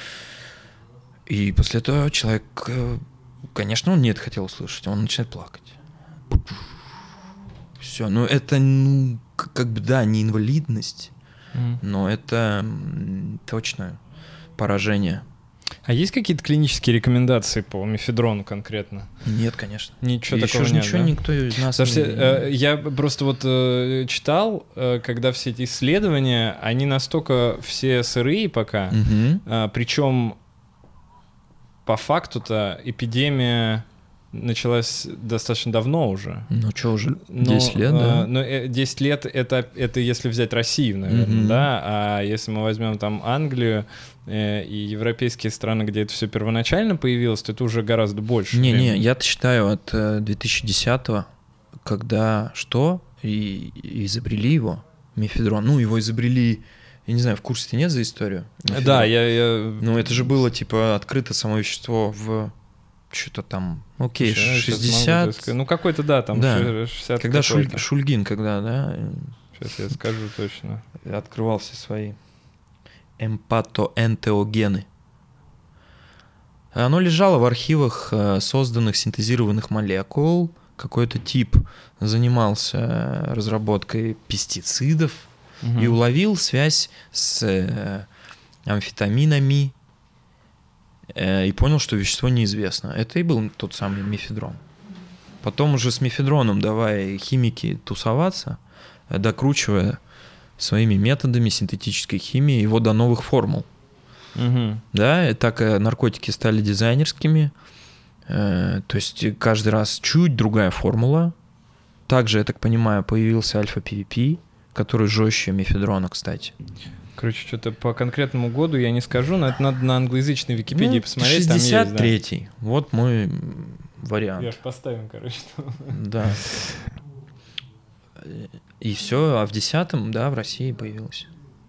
И после этого человек, конечно, он нет хотел услышать, он начинает плакать. Все, ну это, как бы, да, не инвалидность, но это точно поражение. А есть какие-то клинические рекомендации по мефедрону конкретно? Нет, конечно. Ничего еще такого же нет, ничего да? никто из нас Я просто вот читал, когда все эти исследования, они настолько все сырые пока, причем по факту-то эпидемия началась достаточно давно уже. Ну что уже, 10 лет, да? Но 10 лет это если взять Россию, наверное, да? А если мы возьмем там Англию и европейские страны, где это все первоначально появилось, то это уже гораздо больше. Не, я-то считаю от 2010-го, когда и изобрели его, мефедрон. Ну, его изобрели, я не знаю, в курсе ты нет за историю? Мефедрон. Да, Ну, это же было, типа, открыто само вещество в... Что-то там, 60... Ну, какой-то, да, там, да. 60 когда Шульгин, да? Сейчас я скажу точно. Открывал все свои эмпатоэнтеогены. Оно лежало в архивах созданных синтезированных молекул. Какой-то тип занимался разработкой пестицидов и уловил связь с амфетаминами, и понял, что вещество неизвестно. Это и был тот самый мефедрон. Потом уже с мефедроном давай химики тусоваться, докручивая своими методами синтетической химии его до новых формул. Да, и так наркотики стали дизайнерскими. То есть каждый раз чуть другая формула. Также, я так понимаю, появился альфа-ПВП, который жестче мефедрона, кстати. Короче, что-то по конкретному году я не скажу, но это надо на англоязычной Википедии посмотреть. 63-й. Да. Вот мой вариант. Я ж поставим, короче. Да. И все, а в 10-м, да, в России появился.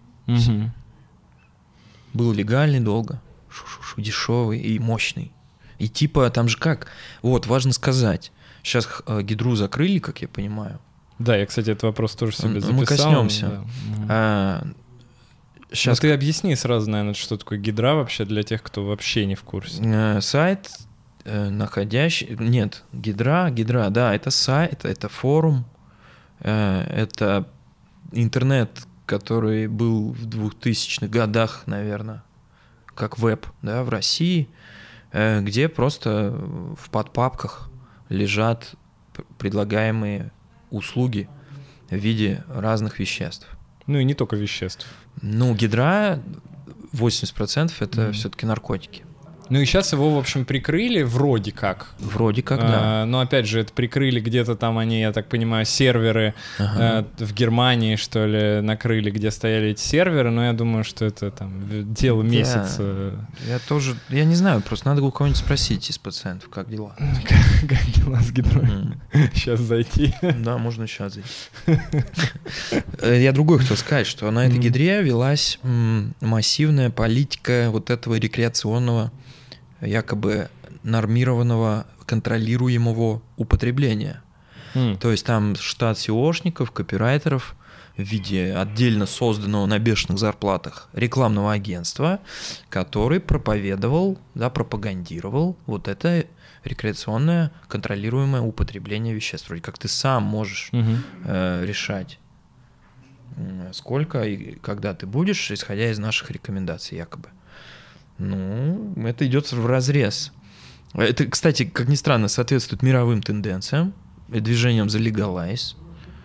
Был легальный долго, дешевый и мощный. И типа там же как? Вот, важно сказать. Сейчас гидру закрыли, как я понимаю. Да, я, кстати, этот вопрос тоже себе записал. Мы коснемся. Да. Сейчас ты объясни сразу, наверное, что такое гидра вообще для тех, кто вообще не в курсе. Сайт, находящий... Нет, гидра, да, это сайт, это форум, это интернет, который был в 2000-х годах, наверное, как веб, да, в России, где просто в подпапках лежат предлагаемые услуги в виде разных веществ. Ну и не только веществ. Ну, гидра 80% это все-таки наркотики. Ну и сейчас его, в общем, прикрыли вроде как. Вроде как, да. Но опять же, это прикрыли где-то там они, я так понимаю, серверы в Германии, что ли, накрыли, где стояли эти серверы, но я думаю, что это там дело месяца. Я не знаю, просто надо у кого-нибудь спросить из пациентов, как дела. Как дела с гидрой? Сейчас зайти. Да, можно сейчас зайти. Я другой хотел сказать, что на этой гидре велась массивная политика вот этого рекреационного, якобы нормированного, контролируемого употребления. То есть там штат SEOшников, копирайтеров в виде отдельно созданного на бешеных зарплатах рекламного агентства, который проповедовал, да, пропагандировал вот это рекреационное контролируемое употребление веществ. Вроде как ты сам можешь решать, сколько и когда ты будешь, исходя из наших рекомендаций якобы. Ну, это идет вразрез. Это, кстати, как ни странно, соответствует мировым тенденциям и движениям за legalize.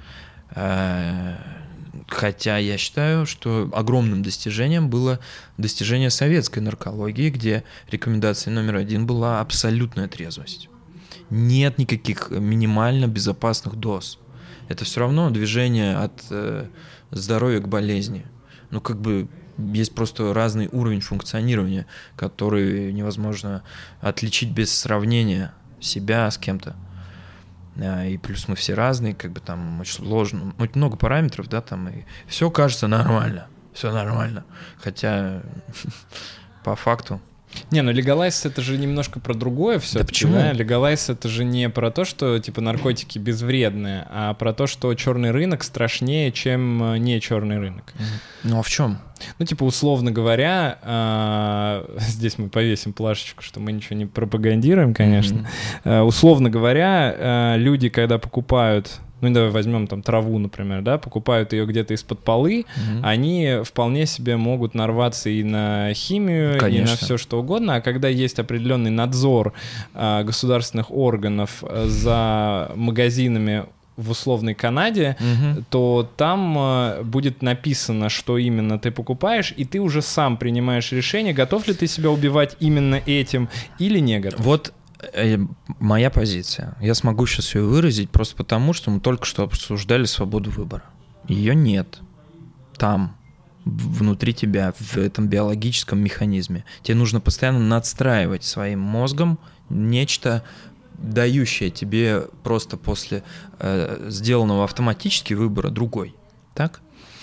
Хотя я считаю, что огромным достижением было достижение советской наркологии, где рекомендацией номер 1 была абсолютная трезвость. Нет никаких минимально безопасных доз. Это все равно движение от здоровья к болезни. Ну, как бы есть просто разный уровень функционирования, который невозможно отличить без сравнения себя с кем-то. И плюс мы все разные, как бы там очень сложно, очень много параметров, да, там, и все кажется нормально, все нормально. Хотя по факту. Не, ну легалайз это же немножко про другое все. Да почему? Да? Легалайз это же не про то, что типа наркотики безвредные, а про то, что черный рынок страшнее, чем не черный рынок. Ну а в чем? Ну, типа, условно говоря, здесь мы повесим плашечку, что мы ничего не пропагандируем, конечно. Условно говоря, люди, когда покупают... Ну, давай возьмем там траву, например, да, покупают ее где-то из-под полы, они вполне себе могут нарваться и на химию, и на все что угодно, а когда есть определенный надзор государственных органов за магазинами в условной Канаде, то там будет написано, что именно ты покупаешь, и ты уже сам принимаешь решение, готов ли ты себя убивать именно этим или не готов. Вот моя позиция. Я смогу сейчас ее выразить просто потому, что мы только что обсуждали свободу выбора. Ее нет. Там, внутри тебя, в этом биологическом механизме. Тебе нужно постоянно надстраивать своим мозгом нечто, дающее тебе просто после сделанного автоматически выбора другой. Так?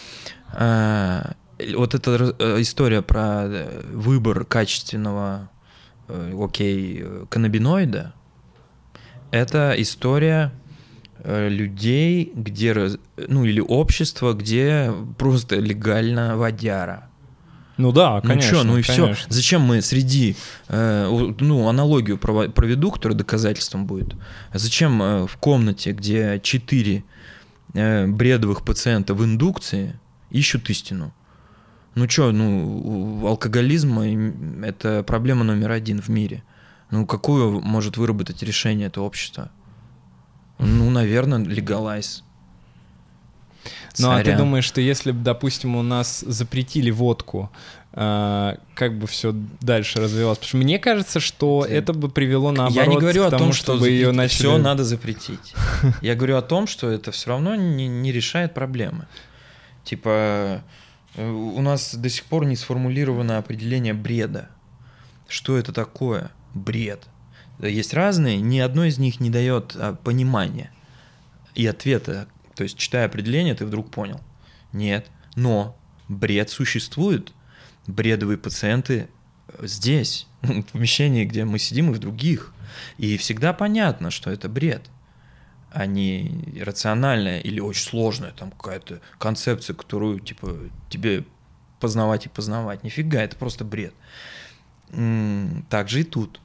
Вот эта история про выбор качественного каннабиноида — это история людей, где, ну или общества, где просто легально водяра. Ну да, конечно. Ну что, ну и конечно. все. Зачем мы среди, аналогию проведу, которая доказательством будет. Зачем в комнате, где 4 бредовых пациента в индукции ищут истину? Ну что, алкоголизм — это проблема номер 1 в мире. Ну какое может выработать решение это общество? Ну, наверное, легалайз. Ну, а ты думаешь, что если бы, допустим, у нас запретили водку, как бы все дальше развивалось? Потому что мне кажется, что это бы привело наоборот я не говорю к тому, о том, что ее начали... все надо запретить. Я говорю о том, что это все равно не решает проблемы. Типа, у нас до сих пор не сформулировано определение бреда. Что это такое? Бред. Есть разные, ни одно из них не дает понимания и ответа. То есть, читая определение, ты вдруг понял. Нет. Но бред существует. Бредовые пациенты здесь, в помещении, где мы сидим, и в других. И всегда понятно, что это бред, а не рациональная или очень сложная там какая-то концепция, которую типа тебе познавать и познавать. Нифига, это просто бред. Так же и тут.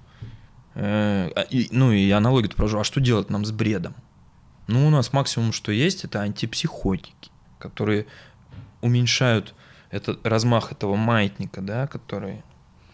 И аналогию провожу. А что делать нам с бредом? Ну, у нас максимум, что есть, это антипсихотики, которые уменьшают размах этого маятника, да, который...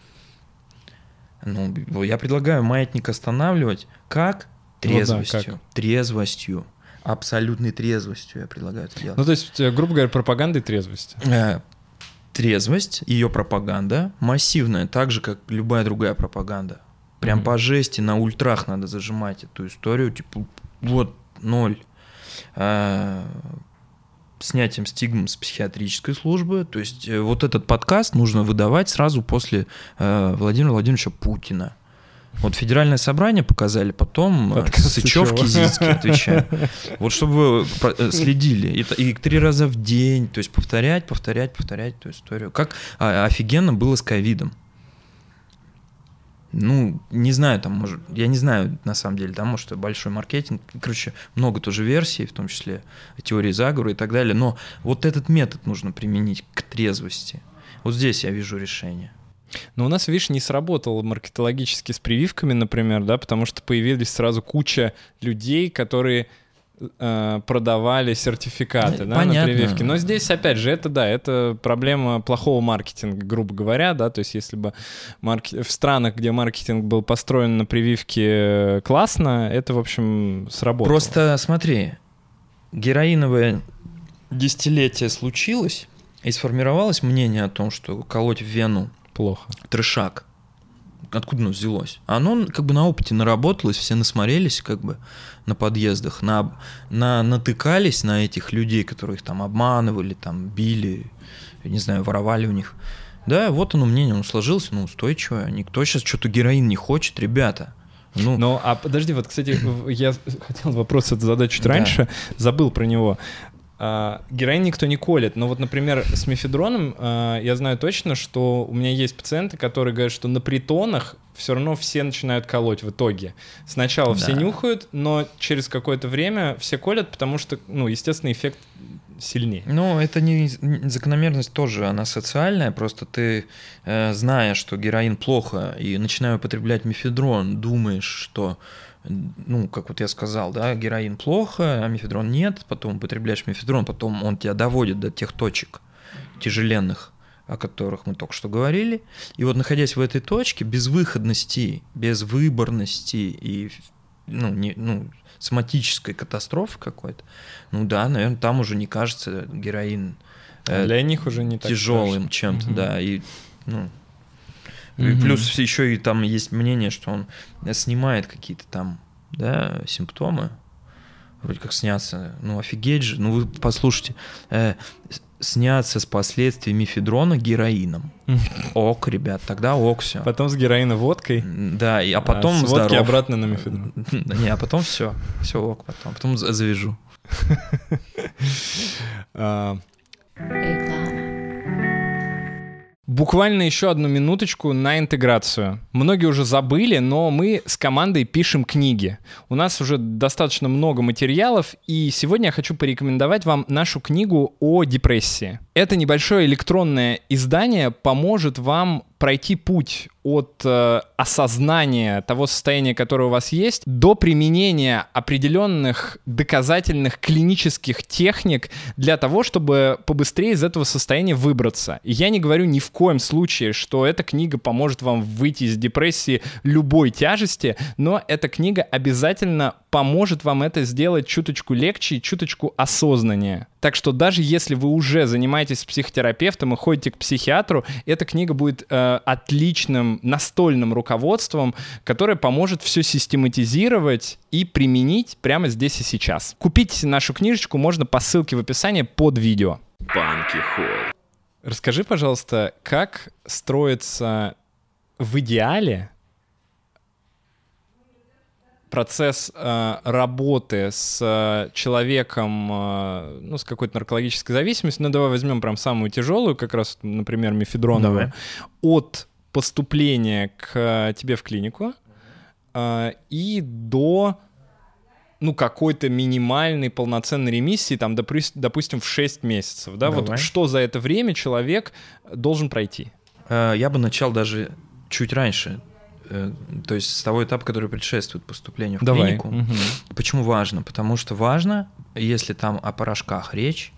Ну, я предлагаю маятник останавливать как? Трезвостью. Ну, да, как? Трезвостью. Абсолютной трезвостью я предлагаю это делать. Ну, то есть, грубо говоря, пропаганда и трезвость. Трезвость, ее пропаганда массивная, так же, как любая другая пропаганда. Прям по жести на ультрах надо зажимать эту историю, типа, вот, 0. Снятием стигм с психиатрической службы. То есть вот этот подкаст нужно выдавать сразу после Владимира Владимировича Путина. Вот федеральное собрание показали, потом Сычев, Кизицкий отвечают. Вот чтобы вы следили. И 3 раза в день. То есть повторять эту историю. Как офигенно было с ковидом. Ну, не знаю, там, может, я не знаю, на самом деле, там, может, большой маркетинг, короче, много тоже версий, в том числе теории заговора и так далее, но вот этот метод нужно применить к трезвости. Вот здесь я вижу решение. Но у нас, видишь, не сработало маркетологически с прививками, например, да, потому что появились сразу куча людей, которые продавали сертификаты, да, на прививки. Но здесь, опять же, это проблема плохого маркетинга, грубо говоря, да, то есть если бы в странах, где маркетинг был построен на прививке классно, это, в общем, сработало. Просто смотри, героиновое десятилетие случилось, и сформировалось мнение о том, что колоть в вену Плохо. трешак. Откуда оно взялось? Оно как бы на опыте наработалось, все насмотрелись как бы на подъездах, натыкались на этих людей, которые их там обманывали, там били, я не знаю, воровали у них. Да, вот оно мнение, оно сложилось, устойчивое. Никто сейчас что-то героин не хочет, ребята. Ну, а подожди, вот, кстати, я хотел вопрос это задать чуть раньше, забыл про него. Героин никто не колет, но вот, например, с мефедроном я знаю точно, что у меня есть пациенты, которые говорят, что на притонах все равно все начинают колоть в итоге. Сначала все нюхают, но через какое-то время все колят, потому что, естественно, эффект сильнее. Ну, это не закономерность тоже, она социальная, просто ты, зная, что героин плохо, и начиная употреблять мефедрон, думаешь, что, как вот я сказал, да, героин плохо, а мефедрон нет, потом употребляешь мефедрон, потом он тебя доводит до тех точек тяжеленных, о которых мы только что говорили, и вот находясь в этой точке, безвыходности, безвыборности и, соматической катастрофы какой-то, наверное, там уже не кажется героин для них уже не тяжелым чем-то, да, и, и плюс еще и там есть мнение, что он снимает какие-то там, да, симптомы, вроде как снятся, офигеть же, вы послушайте, сняться с последствий мефедрона героином. Ок, ребят, тогда ок, все. Потом с героина водкой. Да, а потом с водки здоров. Обратно на мефедрон. Не, а потом все ок, потом завяжу. Буквально еще одну минуточку на интеграцию. Многие уже забыли, но мы с командой пишем книги. У нас уже достаточно много материалов, и сегодня я хочу порекомендовать вам нашу книгу о депрессии. Это небольшое электронное издание поможет вам пройти путь от осознания того состояния, которое у вас есть, до применения определенных доказательных клинических техник для того, чтобы побыстрее из этого состояния выбраться. И я не говорю ни в коем случае, что эта книга поможет вам выйти из депрессии любой тяжести, но эта книга обязательно поможет вам это сделать чуточку легче и чуточку осознаннее. Так что даже если вы уже занимаетесь с психотерапевтом и ходите к психиатру, эта книга будет отличным настольным руководством, которое поможет все систематизировать и применить прямо здесь и сейчас. Купить нашу книжечку можно по ссылке в описании под видео. Расскажи, пожалуйста, как строится в идеале процесс работы с человеком, с какой-то наркологической зависимостью, давай возьмем прям самую тяжелую, как раз, например, мефедроновую, от поступления к тебе в клинику и до какой-то минимальной полноценной ремиссии, там, допустим, в 6 месяцев. Да? Вот что за это время человек должен пройти? Я бы начал даже чуть раньше. То есть с того этапа, который предшествует поступлению в клинику. Почему важно? Потому что важно, если там о порошках речь,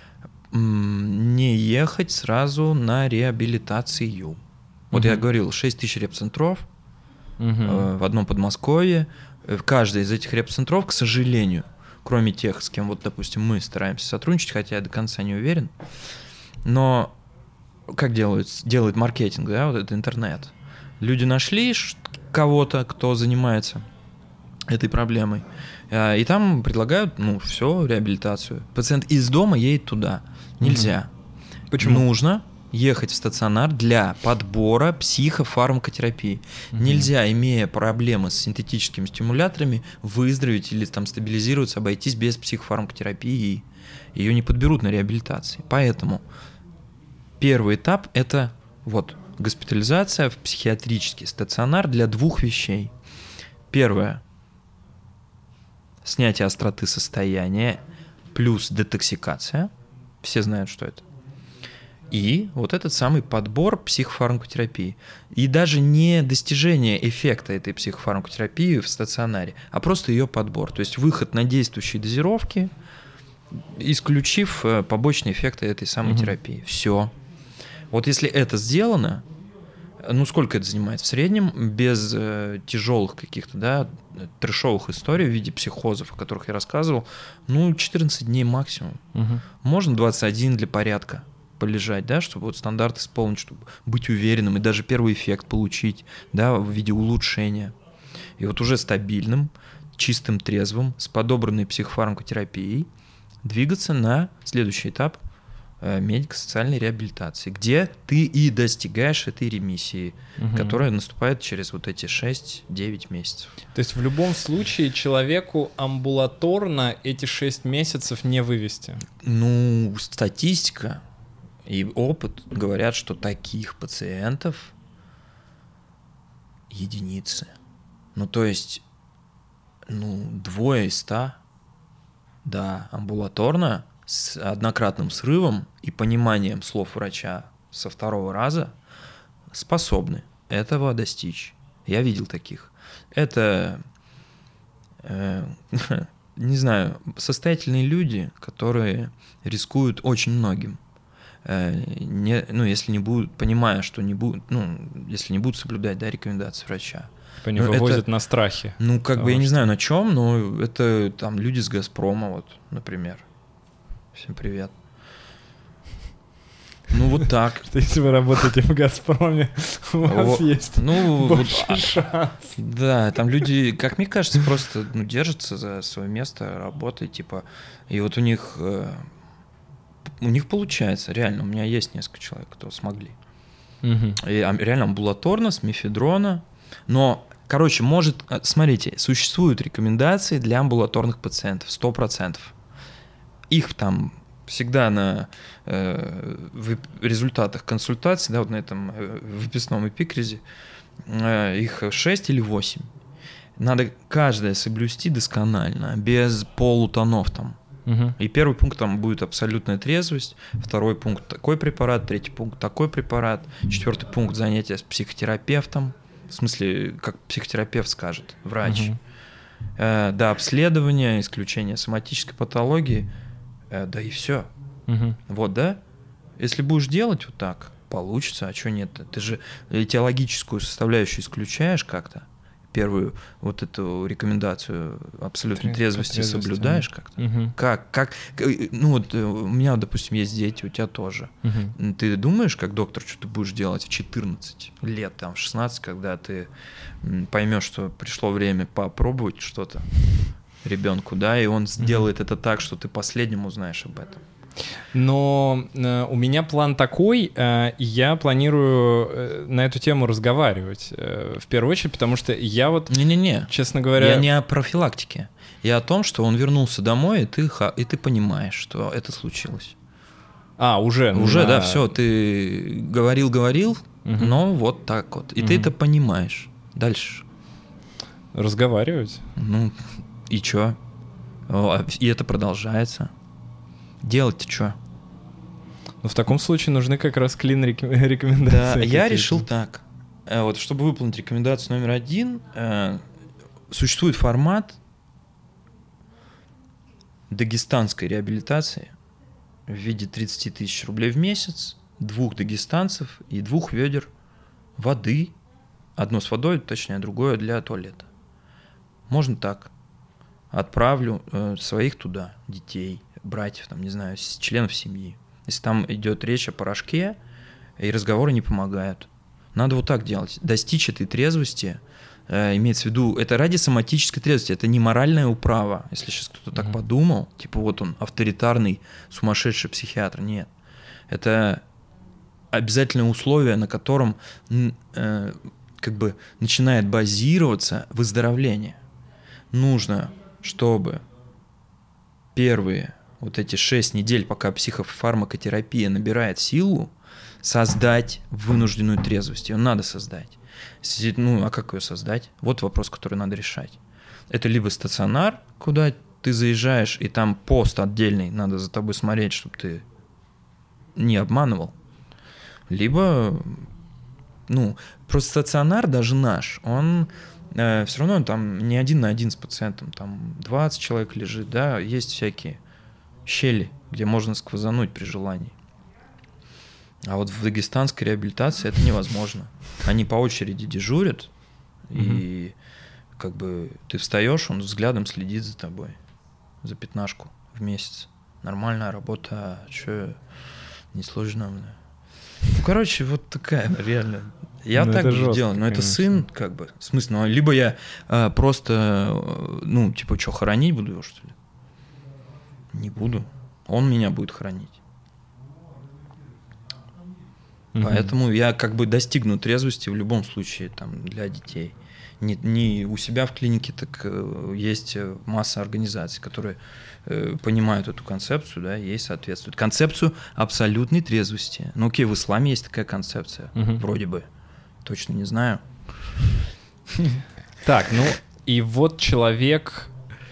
не ехать сразу на реабилитацию. Вот я говорил, 6 тысяч репцентров в одном Подмосковье. Каждый из этих репцентров, к сожалению, кроме тех, с кем, вот, допустим, мы стараемся сотрудничать, хотя я до конца не уверен, но как делает маркетинг, да, вот это интернет. Люди нашли кого-то, кто занимается этой проблемой, и там предлагают, все, реабилитацию. Пациент из дома едет туда. Нельзя. Почему? Нужно ехать в стационар для подбора психофармакотерапии. Нельзя, имея проблемы с синтетическими стимуляторами, выздороветь или там стабилизироваться, обойтись без психофармакотерапии. Ее не подберут на реабилитации. Поэтому первый этап – это госпитализация в психиатрический стационар для 2 вещей. Первое – снятие остроты состояния плюс детоксикация. Все знают, что это. И вот этот самый подбор психофармакотерапии. И даже не достижение эффекта этой психофармакотерапии в стационаре, а просто ее подбор. То есть выход на действующие дозировки, исключив побочные эффекты этой самой терапии. Все. Вот если это сделано, Ну, сколько это занимает? В среднем, без тяжелых каких-то, да, трэшовых историй в виде психозов, о которых я рассказывал, ну, 14 дней максимум. Можно 21 для порядка полежать, да, чтобы вот стандарт исполнить, чтобы быть уверенным и даже первый эффект получить, да, в виде улучшения. И вот уже стабильным, чистым, трезвым, с подобранной психофармакотерапией двигаться на следующий этап медико-социальной реабилитации, где ты и достигаешь этой ремиссии, которая наступает через вот эти 6-9 месяцев. То есть в любом случае человеку амбулаторно эти 6 месяцев не вывести? Ну, статистика и опыт говорят, что таких пациентов единицы. Ну, то есть, ну, 2 из 100, да, амбулаторно, с однократным срывом и пониманием слов врача со 2-го раза способны этого достичь. Я видел таких. Это, не знаю, состоятельные люди, которые рискуют очень многим. Ну, если не будут, понимая, что не будут, ну, если не будут соблюдать, да, рекомендации врача. Они вывозят на страхе. Ну, как бы я не знаю на чем, но это там люди с «Газпрома», вот, например. Всем привет. Ну, вот так. Если вы работаете в «Газпроме», у вас есть больший шанс. Да, там люди, как мне кажется, просто держатся за свое место работы, типа, и вот у них получается, реально, у меня есть несколько человек, кто смогли. И реально амбулаторно, с мефедрона, но, короче, смотрите, существуют рекомендации для амбулаторных пациентов, 100%. Их там всегда в результатах консультаций, да, вот на этом выписном эпикризе, их 6 или 8. Надо каждое соблюсти досконально, без полутонов там. И первый пункт там будет абсолютная трезвость, второй пункт такой препарат, третий пункт такой препарат, четвертый пункт занятия с психотерапевтом, в смысле, как психотерапевт скажет, врач. Да, обследование, исключение соматической патологии, да и все. Вот, да? Если будешь делать вот так, получится, а что нет? Ты же этиологическую составляющую исключаешь как-то. Первую вот эту рекомендацию абсолютной трезвости соблюдаешь как-то. Как? Ну вот у меня, допустим, есть дети, у тебя тоже. Ты думаешь, как доктор, что ты будешь делать в 14 лет, там, в 16, когда ты поймешь, что пришло время попробовать что-то ребенку, да, и он сделает это так, что ты последним узнаешь об этом. Но у меня план такой, я планирую на эту тему разговаривать в первую очередь, потому что я вот, честно говоря... Я не о профилактике, я о том, что он вернулся домой, и ты понимаешь, что это случилось. Уже? Уже, да, все, ты говорил, но вот так вот, и ты это понимаешь. Дальше. Разговаривать? Ну, и чё? И это продолжается. Делать-то что? Ну, в таком случае нужны как раз рекомендации. Да, я решил так. Вот, чтобы выполнить рекомендацию номер 1, существует формат дагестанской реабилитации в виде 30 тысяч рублей в месяц, 2 дагестанцев и 2 ведер воды. Одно с водой, точнее, другое для туалета. Можно так. Отправлю своих туда, детей, братьев, там, не знаю, членов семьи. Если там идет речь о порошке, и разговоры не помогают. Надо вот так делать. Достичь этой трезвости, имеется в виду, это ради соматической трезвости, это не моральная управа. Если сейчас кто-то так подумал, типа вот он авторитарный, сумасшедший психиатр. Нет. Это обязательное условие, на котором как бы начинает базироваться выздоровление. Нужно, чтобы первые вот эти 6 недель, пока психофармакотерапия набирает силу, создать вынужденную трезвость. Ее надо создать. Ну, а как ее создать? Вот вопрос, который надо решать. Это либо стационар, куда ты заезжаешь, и там пост отдельный, надо за тобой смотреть, чтобы ты не обманывал. Либо, ну, просто стационар, даже наш, он все равно там не 1 на 1 с пациентом, там 20 человек лежит, да, есть всякие щели, где можно сквозануть при желании. А вот в дагестанской реабилитации это невозможно. Они по очереди дежурят, и как бы ты встаешь, он взглядом следит за тобой, за 15 в месяц. Нормальная работа, что несложно. Ну, короче, вот такая реально. Я так буду делать, но это сын, как бы, в смысле, ну, либо я просто, ну, типа, что, хоронить буду его, что ли? Не буду. Он меня будет хоронить. Поэтому я как бы достигну трезвости в любом случае там, для детей. Не у себя в клинике, так есть масса организаций, которые понимают эту концепцию, да, ей соответствует. Концепцию абсолютной трезвости. Ну окей, в исламе есть такая концепция, вроде бы. Точно не знаю. Так, ну и вот человек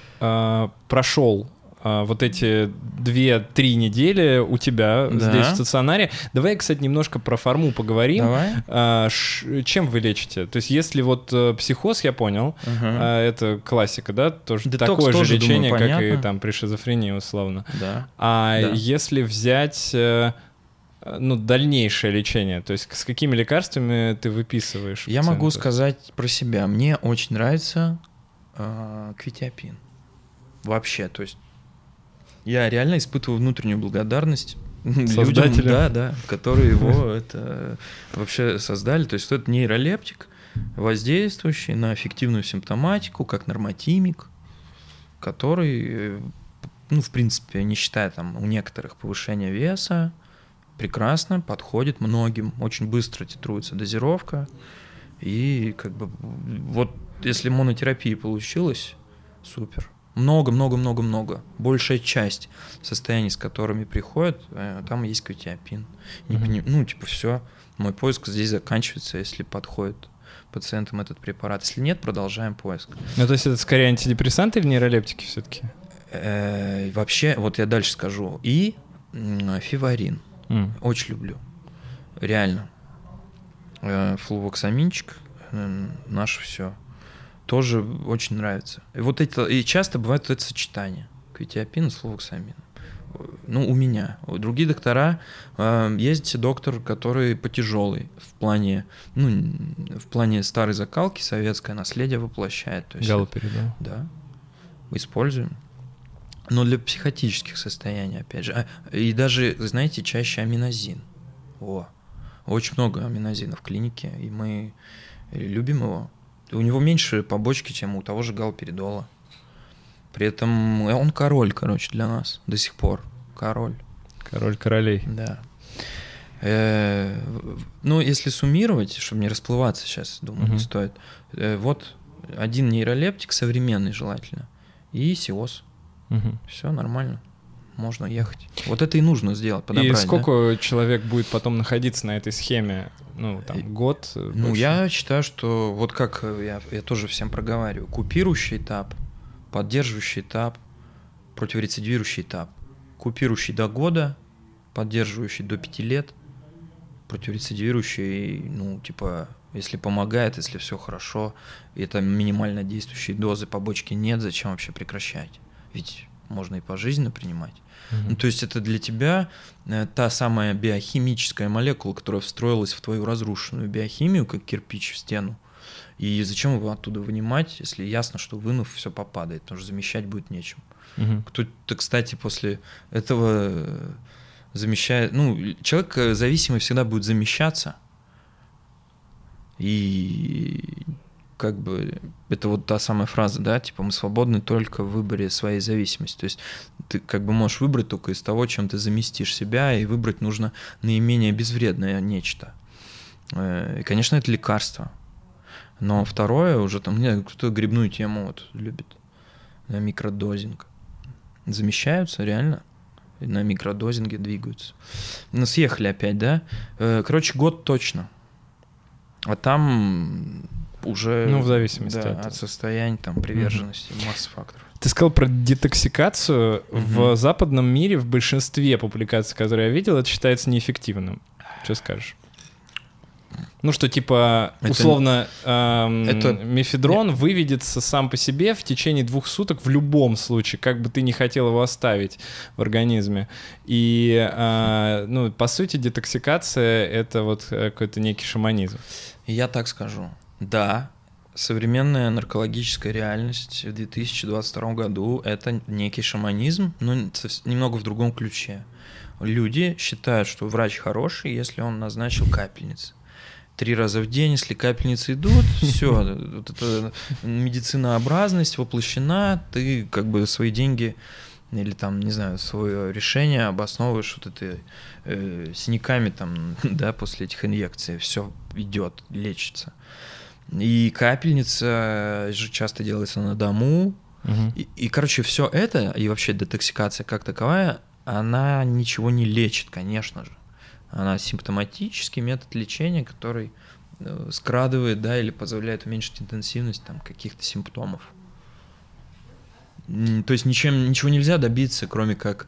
прошел вот эти 2-3 недели у тебя здесь в стационаре. Давай, кстати, немножко про форму поговорим. Давай. Чем вы лечите? То есть если вот психоз, я понял, это классика, да? Тоже такое же лечение, думаю, как и там при шизофрении условно. Да. Если взять... ну, дальнейшее лечение, то есть с какими лекарствами ты выписываешь? Я могу сказать про себя. Мне очень нравится кветиапин. Вообще, то есть я реально испытываю внутреннюю благодарность людям, да, которые его это вообще создали. То есть это нейролептик, воздействующий на эффективную симптоматику, как нормотимик, который, ну, в принципе, не считая там у некоторых повышения веса, прекрасно подходит многим, очень быстро титруется дозировка, и как бы вот если монотерапия получилась, супер. Много. Большая часть состояний, с которыми приходят, там есть кветиапин. Ну, типа, все. Мой поиск здесь заканчивается, если подходит пациентам этот препарат. Если нет, продолжаем поиск. Ну, то есть это скорее антидепрессанты или нейролептики все-таки? Вообще, вот я дальше скажу. И фиварин. Очень люблю. Реально. Флувоксаминчик, наше все. Тоже очень нравится. И вот это, и часто бывает вот это сочетание кветиапина с флувоксамином. Ну, у меня. У других доктора есть доктор, который потяжелый в плане старой закалки, советское наследие воплощает. Галоперидол. Да. Используем. Но для психотических состояний, опять же. И даже, знаете, чаще аминозин. Очень много аминозина в клинике, и мы любим его. У него меньше побочки, чем у того же галоперидола. При этом он король, короче, для нас до сих пор. Король. Король королей. Да. Ну, если суммировать, чтобы не расплываться сейчас, думаю, не стоит. Вот один нейролептик, современный желательно, и СИОС. Все нормально. Можно ехать. Вот это и нужно сделать, подобрать. И сколько человек будет потом находиться на этой схеме? Ну, там, год? Ну, я считаю, что вот как я тоже всем проговариваю. Купирующий этап, поддерживающий этап, противорецидивирующий этап. Купирующий до года, поддерживающий до 5 лет, противорецидивирующий, ну, типа, если помогает, если все хорошо, и это минимально действующие дозы, побочки нет, зачем вообще прекращать? Ведь можно и пожизненно принимать. Ну, то есть это для тебя та самая биохимическая молекула, которая встроилась в твою разрушенную биохимию, как кирпич в стену. И зачем его оттуда вынимать, если ясно, что вынув, все попадает, потому что замещать будет нечем. Кто-то, кстати, после этого замещает... Ну, человек зависимый всегда будет замещаться. И как бы это вот та самая фраза, да, типа мы свободны только в выборе своей зависимости. То есть ты как бы можешь выбрать только из того, чем ты заместишь себя, и выбрать нужно наименее безвредное нечто. И, конечно, это лекарство. Но второе уже там, кто-то грибную тему вот любит, на микродозинг. Замещаются реально, на микродозинге двигаются. Ну, съехали опять, да? Короче, год точно. А там уже в зависимости от состояния, там, приверженности, масса факторов. Ты сказал про детоксикацию. В западном мире в большинстве публикаций, которые я видел, это считается неэффективным. Что скажешь? Ну, что типа, условно, мефедрон выведется сам по себе в течение 2 суток в любом случае, как бы ты не хотел его оставить в организме. И, ну, по сути, детоксикация — это вот какой-то некий шаманизм. Я так скажу. Да, современная наркологическая реальность в 2022 году — это некий шаманизм, но немного в другом ключе. Люди считают, что врач хороший, если он назначил капельницы. 3 раза в день, если капельницы идут, все, вот эта медицинообразность воплощена, ты как бы свои деньги или там, не знаю, свое решение обосновываешь вот этой синяками там, да, после этих инъекций, все идет, лечится. И капельница же часто делается на дому, и, короче, все это, и вообще детоксикация как таковая, она ничего не лечит, конечно же. Она симптоматический метод лечения, который скрадывает, да, или позволяет уменьшить интенсивность там каких-то симптомов. То есть ничего нельзя добиться, кроме как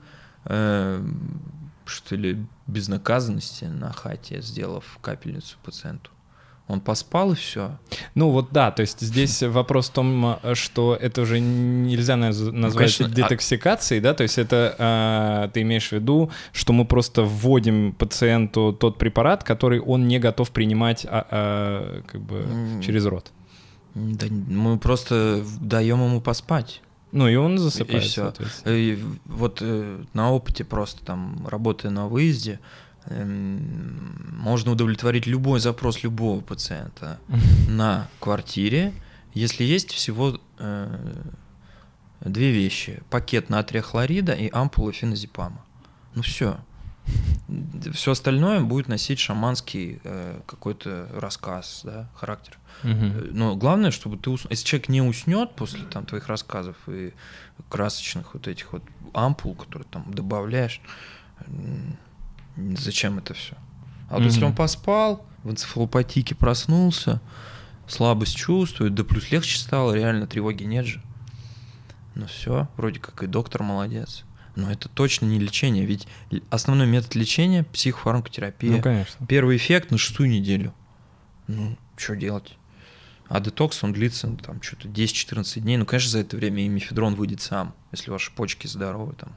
что ли безнаказанности на хате, сделав капельницу пациенту. Он поспал и все. Ну вот да, то есть здесь вопрос в том, что это уже нельзя назвать конечно, детоксикацией, да, то есть это ты имеешь в виду, что мы просто вводим пациенту тот препарат, который он не готов принимать как бы через рот. Да, мы просто даем ему поспать. Ну и он засыпает. И все. И вот на опыте просто там, работая на выезде, можно удовлетворить любой запрос любого пациента на квартире, если есть всего 2 вещи: пакет натрия хлорида и ампула феназепама. Ну все. Все остальное будет носить шаманский какой-то рассказ, да, характер. Но главное, чтобы ты если человек не уснет после там твоих рассказов и красочных вот этих вот ампул, которые там добавляешь, зачем это все? А вот если он поспал, в энцефалопатике проснулся, слабость чувствует, да плюс легче стало, реально тревоги нет же. Ну все, вроде как и доктор молодец. Но это точно не лечение, ведь основной метод лечения — психофармакотерапия. Ну, конечно. Первый эффект на 6-ю неделю. Ну, что делать? А детокс, он длится там что-то 10-14 дней. Ну, конечно, за это время и мефедрон выйдет сам, если ваши почки здоровы там.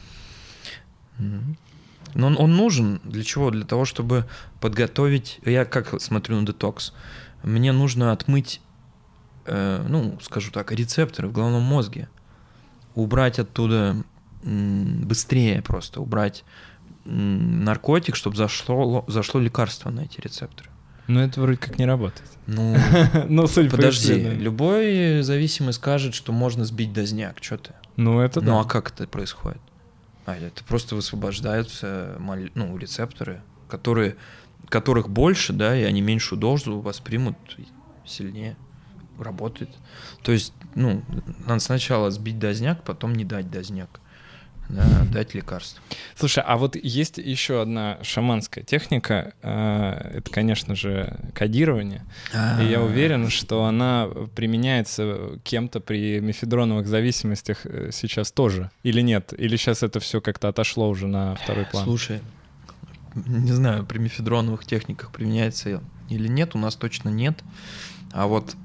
Но он нужен для чего? Для того, чтобы подготовить... Я как смотрю на детокс? Мне нужно отмыть, ну, скажу так, рецепторы в головном мозге. Убрать оттуда быстрее просто. Убрать наркотик, чтобы зашло лекарство на эти рецепторы. Но это вроде как не работает. Ну, подожди. Любой зависимый скажет, что можно сбить дозняк. Что ты? Ну, это да. Ну, а как это происходит? Это просто высвобождаются рецепторы, которых больше, да, и они меньшую дозу воспримут сильнее, работает. То есть, надо сначала сбить дозняк, потом не дать дозняк, да, дать лекарство. Слушай, а вот есть еще одна шаманская техника, это, конечно же, кодирование, и я уверен, что она применяется кем-то при мефедроновых зависимостях сейчас тоже, или нет, или сейчас это все как-то отошло уже на второй план? Слушай, не знаю, при мефедроновых техниках применяется или нет, у нас точно нет, а вот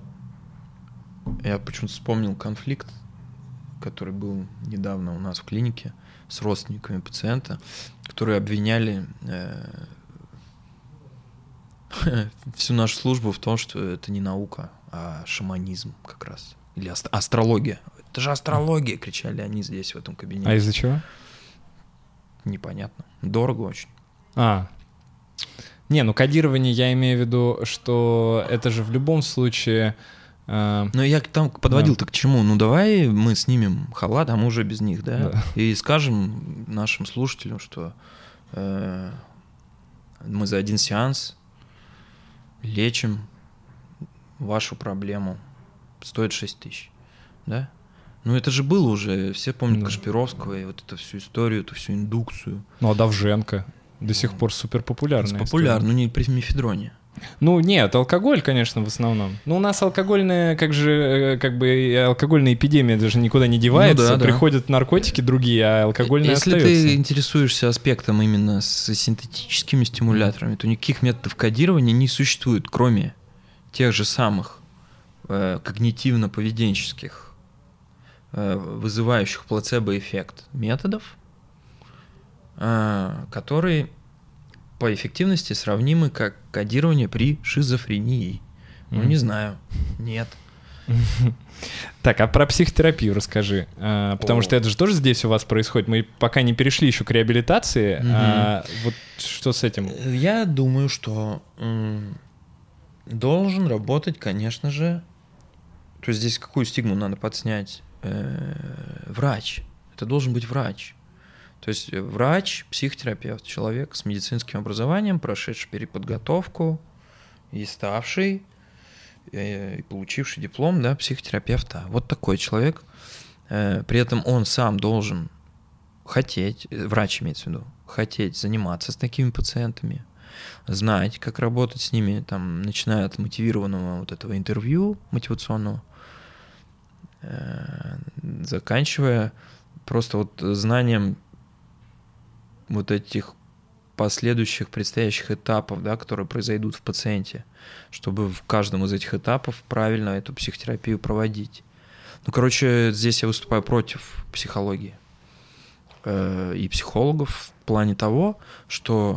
я почему-то вспомнил конфликт, который был недавно у нас в клинике с родственниками пациента, которые обвиняли всю нашу службу в том, что это не наука, а шаманизм как раз. Или астрология. Это же астрология, кричали они здесь, в этом кабинете. А из-за чего? Непонятно. Дорого очень. Кодирование я имею в виду, что это же в любом случае... Но я там подводил-то к чему? Ну, давай мы снимем халат, а мы уже без них, да? И скажем нашим слушателям, что мы за один сеанс лечим вашу проблему. Стоит 6 тысяч, да? Ну, это же было уже. Все помнят Кашпировского и вот эту всю историю, эту всю индукцию. Ну, а Довженко до сих пор супер популярная. Популярна, но не при мефедроне. Ну, нет, алкоголь, конечно, в основном. Ну, у нас алкогольная, как бы алкогольная эпидемия даже никуда не девается. Ну, да, приходят наркотики другие, а алкогольная Если остается. ты интересуешься аспектом именно с синтетическими стимуляторами, то никаких методов кодирования не существует, кроме тех же самых когнитивно-поведенческих, вызывающих плацебо-эффект методов, которые по эффективности сравнимы как кодирование при шизофрении. Ну, не знаю. Нет. Так, а про психотерапию расскажи. Потому что это же тоже здесь у вас происходит. Мы пока не перешли еще к реабилитации. Вот что с этим? Я думаю, что должен работать, конечно же. То есть здесь какую стигму надо подснять? Врач. Это должен быть врач. То есть врач, психотерапевт, человек с медицинским образованием, прошедший переподготовку и ставший, и получивший диплом, да, психотерапевта. Вот такой человек. При этом он сам должен хотеть, врач имеется в виду, хотеть заниматься с такими пациентами, знать, как работать с ними, там, начиная от мотивированного вот этого интервью мотивационного, заканчивая просто вот знанием вот этих последующих предстоящих этапов, да, которые произойдут в пациенте, чтобы в каждом из этих этапов правильно эту психотерапию проводить. Ну, короче, здесь я выступаю против психологии и психологов в плане того, что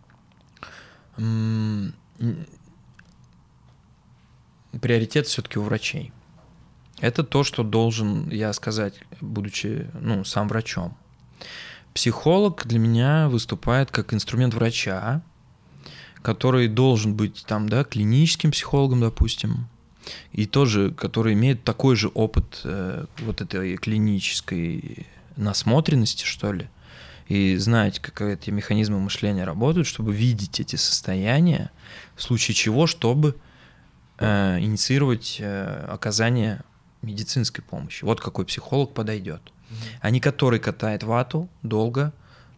приоритет все-таки у врачей. Это то, что должен я сказать, будучи, сам врачом. Психолог для меня выступает как инструмент врача, который должен быть там, да, клиническим психологом, допустим, и тоже, который имеет такой же опыт вот этой клинической насмотренности, что ли, и знать, как эти механизмы мышления работают, чтобы видеть эти состояния, в случае чего, чтобы инициировать оказание медицинской помощи. Вот какой психолог подойдет. А не который катает вату долго,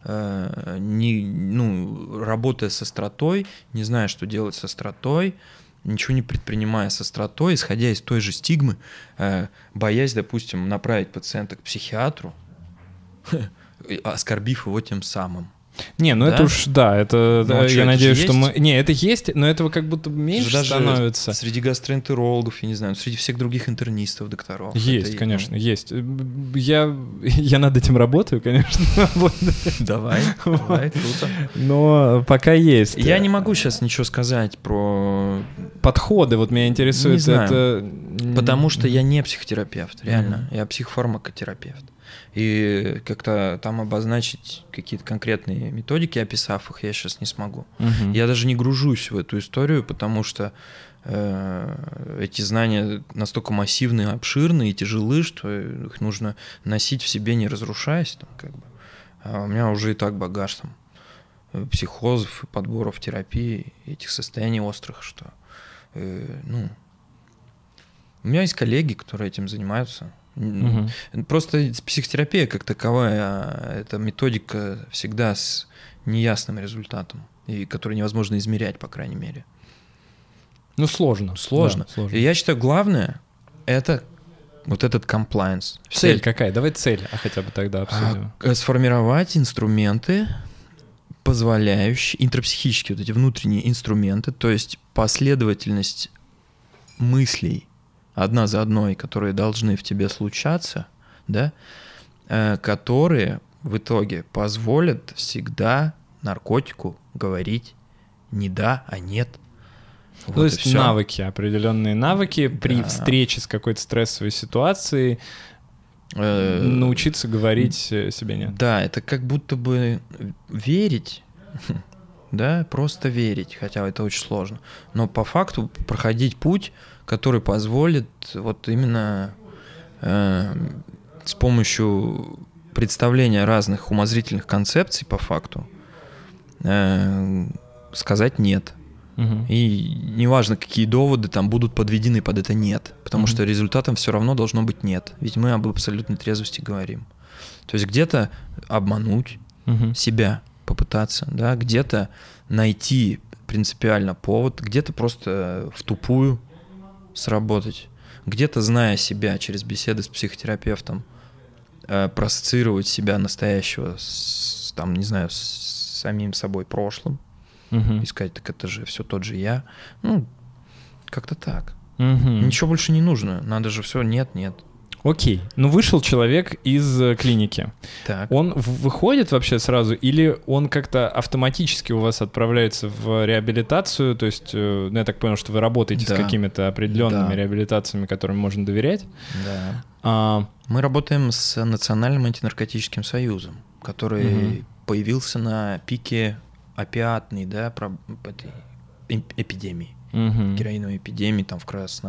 работая с остротой, не зная, что делать с остротой, ничего не предпринимая с остротой, исходя из той же стигмы, боясь, допустим, направить пациента к психиатру, оскорбив его тем самым. Не, ну да? Это уж, да, это, ну, я надеюсь, что мы... Не, это есть, но этого как будто меньше даже становится. Среди гастроэнтерологов, я не знаю, среди всех других интернистов, докторов. Есть, это, конечно, есть. Я над этим работаю, конечно. Давай, круто. Но пока есть. Я не могу сейчас ничего сказать про... Подходы, вот меня интересует. Не знаю, это... потому что я не психотерапевт, реально. Я психофармакотерапевт. И как-то там обозначить какие-то конкретные методики, описав их, я сейчас не смогу. Я даже не гружусь в эту историю, потому что эти знания настолько массивные, обширные и тяжелы, что их нужно носить в себе, не разрушаясь. Там, как бы. А у меня уже и так багаж там, психозов, подборов терапии, этих состояний острых, что у меня есть коллеги, которые этим занимаются. Просто психотерапия как таковая, это методика всегда с неясным результатом, и который невозможно измерять, по крайней мере. Ну, сложно. Сложно. Да, сложно. И я считаю, главное — это вот этот compliance. Цель какая? Давай цель, хотя бы тогда обсудим. Сформировать инструменты, позволяющие, интрапсихические вот эти внутренние инструменты, то есть последовательность мыслей, одна за одной, которые должны в тебе случаться, да, которые в итоге позволят всегда наркотику говорить не да, а нет. Вот то есть навыки, определенные навыки при встрече с какой-то стрессовой ситуацией научиться говорить себе нет. Да, это как будто бы верить, да, просто верить, хотя это очень сложно, но по факту проходить путь, который позволит вот именно с помощью представления разных умозрительных концепций по факту сказать «нет». И неважно, какие доводы там будут подведены под это «нет», потому что результатом все равно должно быть «нет», ведь мы об абсолютной трезвости говорим. То есть где-то обмануть себя, попытаться, да, где-то найти принципиально повод, где-то просто в тупую сработать, где-то, зная себя через беседы с психотерапевтом, проассоциировать себя настоящего с, там, не знаю, с самим собой прошлым, и сказать, так это же все тот же я. Ну, как-то так. Ничего больше не нужно, надо же все, нет. Окей, ну вышел человек из клиники. Так. Он выходит вообще сразу или он как-то автоматически у вас отправляется в реабилитацию? То есть, я так понял, что вы работаете с какими-то определенными реабилитациями, которым можно доверять? Да. Мы работаем с Национальным антинаркотическим союзом, который появился на пике опиатной, да, этой эпидемии, героиновой эпидемии там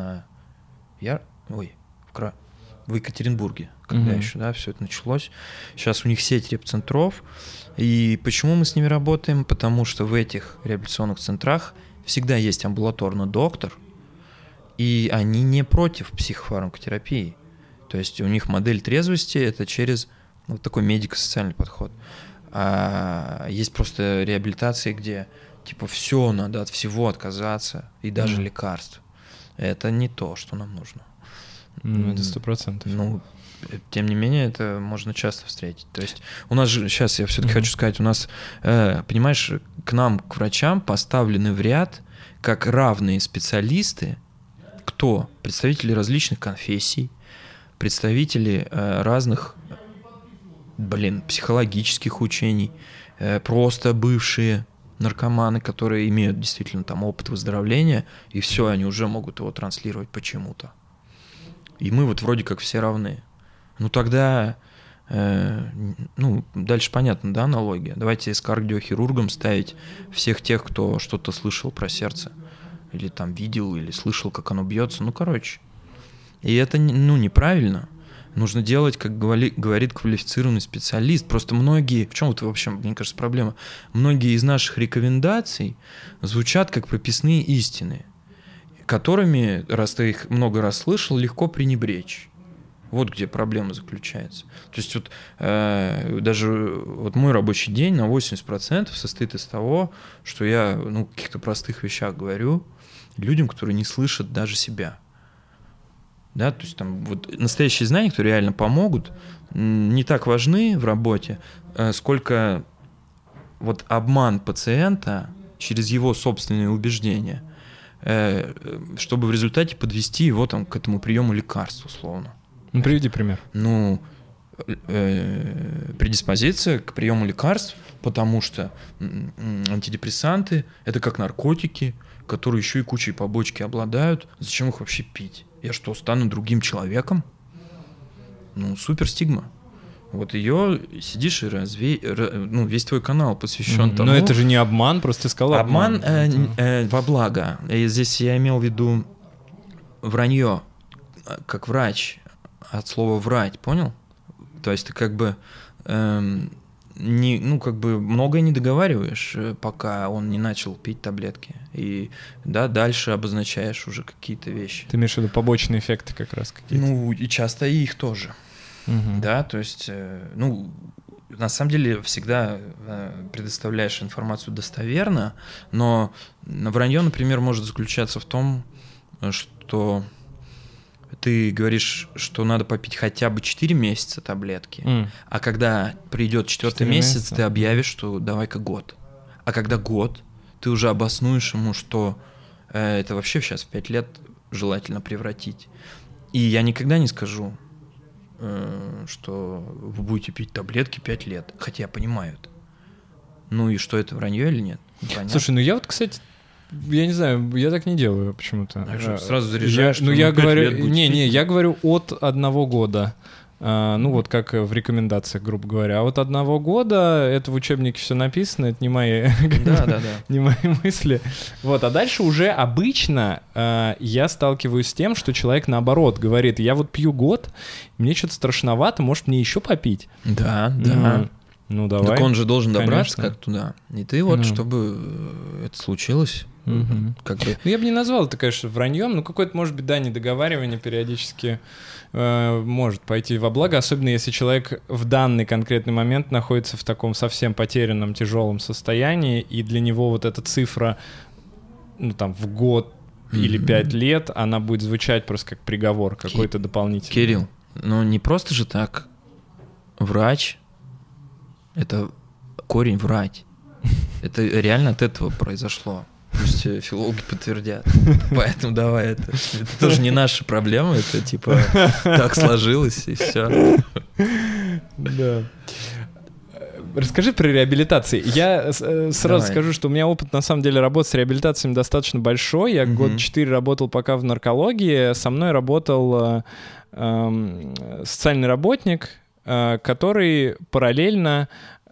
в Екатеринбурге, когда еще, да, все это началось. Сейчас у них сеть репцентров. И почему мы с ними работаем? Потому что в этих реабилитационных центрах всегда есть амбулаторный доктор, и они не против психофармакотерапии. То есть у них модель трезвости — это через вот такой медико-социальный подход. А есть просто реабилитации, где типа все, надо от всего отказаться, и даже лекарств. Это не то, что нам нужно. Ну, это 100%. Ну, тем не менее, это можно часто встретить. То есть у нас же, сейчас я все-таки хочу сказать, у нас, понимаешь, к нам, к врачам поставлены в ряд как равные специалисты, кто? Представители различных конфессий, представители разных, психологических учений, просто бывшие наркоманы, которые имеют действительно там опыт выздоровления, и все, они уже могут его транслировать почему-то. И мы вот вроде как все равны. Ну тогда, дальше понятно, да, аналогия. Давайте с кардиохирургом ставить всех тех, кто что-то слышал про сердце, или там видел, или слышал, как оно бьется. Ну, короче. И это, неправильно. Нужно делать, как говорит квалифицированный специалист. Просто многие, в чем вот вообще, мне кажется, проблема? Многие из наших рекомендаций звучат как прописные истины, которыми, раз ты их много раз слышал, легко пренебречь. Вот где проблема заключается. То есть вот даже вот мой рабочий день на 80% состоит из того, что я о каких-то простых вещах говорю людям, которые не слышат даже себя. Да, то есть там вот настоящие знания, которые реально помогут, не так важны в работе, сколько вот обман пациента через его собственные убеждения, чтобы в результате подвести его там к этому приему лекарств, условно. Ну, приведи пример. Предиспозиция к приему лекарств, потому что антидепрессанты — это как наркотики, которые еще и кучей побочки обладают. Зачем их вообще пить? Я что, стану другим человеком? Супер стигма. Вот ее сидишь и весь твой канал посвящен тому. Но это же не обман, просто ты сказал обман. Во благо. И здесь я имел в виду вранье, как врач, от слова врать, понял? То есть ты как бы многое не договариваешь, пока он не начал пить таблетки. И дальше обозначаешь уже какие-то вещи. Ты имеешь в виду побочные эффекты как раз какие-то? И часто и их тоже. Да, то есть, на самом деле всегда предоставляешь информацию достоверно, но вранье, например, может заключаться в том, что ты говоришь, что надо попить хотя бы 4 месяца таблетки, а когда придет 4-й месяц, ты объявишь, что давай-ка год. А когда год, ты уже обоснуешь ему, что это вообще сейчас в 5 лет желательно превратить. И я никогда не скажу, что вы будете пить таблетки 5 лет, хотя я понимаю это. И что, это вранье или нет? Непонятно. Слушай, я вот, кстати, я не знаю, я так не делаю почему-то. Сразу заряжаешь, я говорю, я говорю от 1 года. Вот как в рекомендациях, грубо говоря. А от 1 года, это в учебнике все написано, это не мои, не мои мысли. Вот, а дальше уже обычно я сталкиваюсь с тем, что человек наоборот говорит: я вот пью год, мне что-то страшновато, может мне еще попить? Да. Давай. Так он же должен добраться как туда. И ты чтобы это случилось. Я бы не назвал это, конечно, враньем, какое-то, может быть, недоговаривание периодически может пойти во благо, особенно если человек в данный конкретный момент находится в таком совсем потерянном, тяжелом состоянии, и для него вот эта цифра ну, там, в год или 5 лет, она будет звучать просто как приговор какой-то дополнительный. Кирилл, ну не просто же так. Врач — это корень врать. Это реально от этого произошло. Пусть филологи подтвердят. Поэтому давай это тоже не наша проблема, это типа так сложилось и все. Да. Расскажи про реабилитации. Я сразу скажу, что у меня опыт, на самом деле, работы с реабилитациями достаточно большой. Я год 4 работал пока в наркологии. Со мной работал социальный работник, который параллельно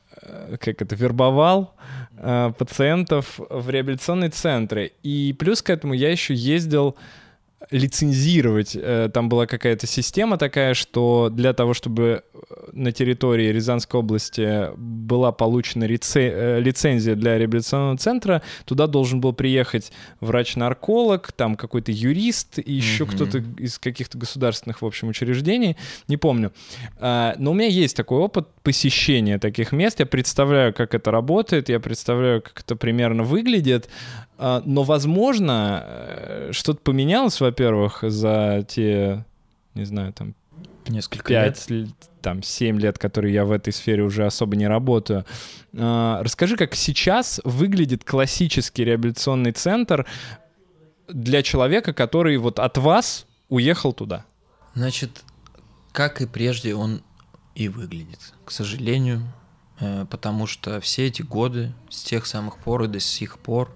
вербовал пациентов в реабилитационные центры. И плюс к этому я еще ездил лицензировать. Там была какая-то система такая, что для того, чтобы на территории Рязанской области была получена лицензия для реабилитационного центра, туда должен был приехать врач-нарколог, там какой-то юрист и еще кто-то из каких-то государственных, в общем, учреждений, не помню. Но у меня есть такой опыт посещения таких мест. Я представляю, как это работает, я представляю, как это примерно выглядит. Но, возможно, что-то поменялось, во-первых, за те, не знаю, там, несколько 5, там, 7 лет, которые я в этой сфере уже особо не работаю. Расскажи, как сейчас выглядит классический реабилитационный центр для человека, который вот от вас уехал туда? Значит, как и прежде он и выглядит, к сожалению, потому что все эти годы, с тех самых пор и до сих пор,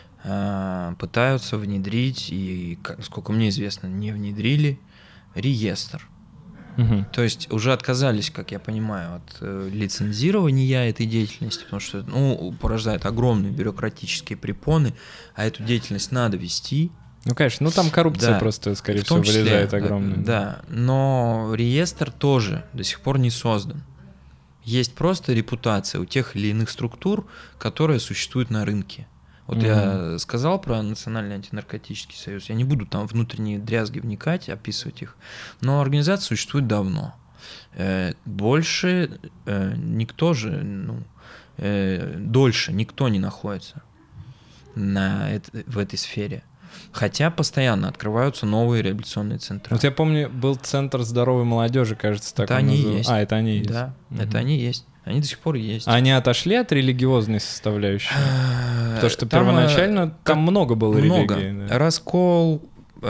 пытаются внедрить, и, насколько мне известно, не внедрили реестр. То есть уже отказались, как я понимаю, от лицензирования этой деятельности, потому что порождает огромные бюрократические препоны, а эту деятельность надо вести. Ну, конечно, там коррупция просто, скорее всего, вылезает огромная. Да, но реестр тоже до сих пор не создан. Есть просто репутация у тех или иных структур, которые существуют на рынке. Вот я сказал про Национальный антинаркотический союз, я не буду там внутренние дрязги вникать, описывать их, но организация существует давно. Больше никто же, дольше никто не находится в этой сфере. Хотя постоянно открываются новые реабилитационные центры. Вот я помню, был центр здоровой молодежи, кажется, так это они есть. Это они есть. Да, это они есть. Они до сих пор есть. А они отошли от религиозной составляющей? Потому что первоначально там много было религии. Да. Раскол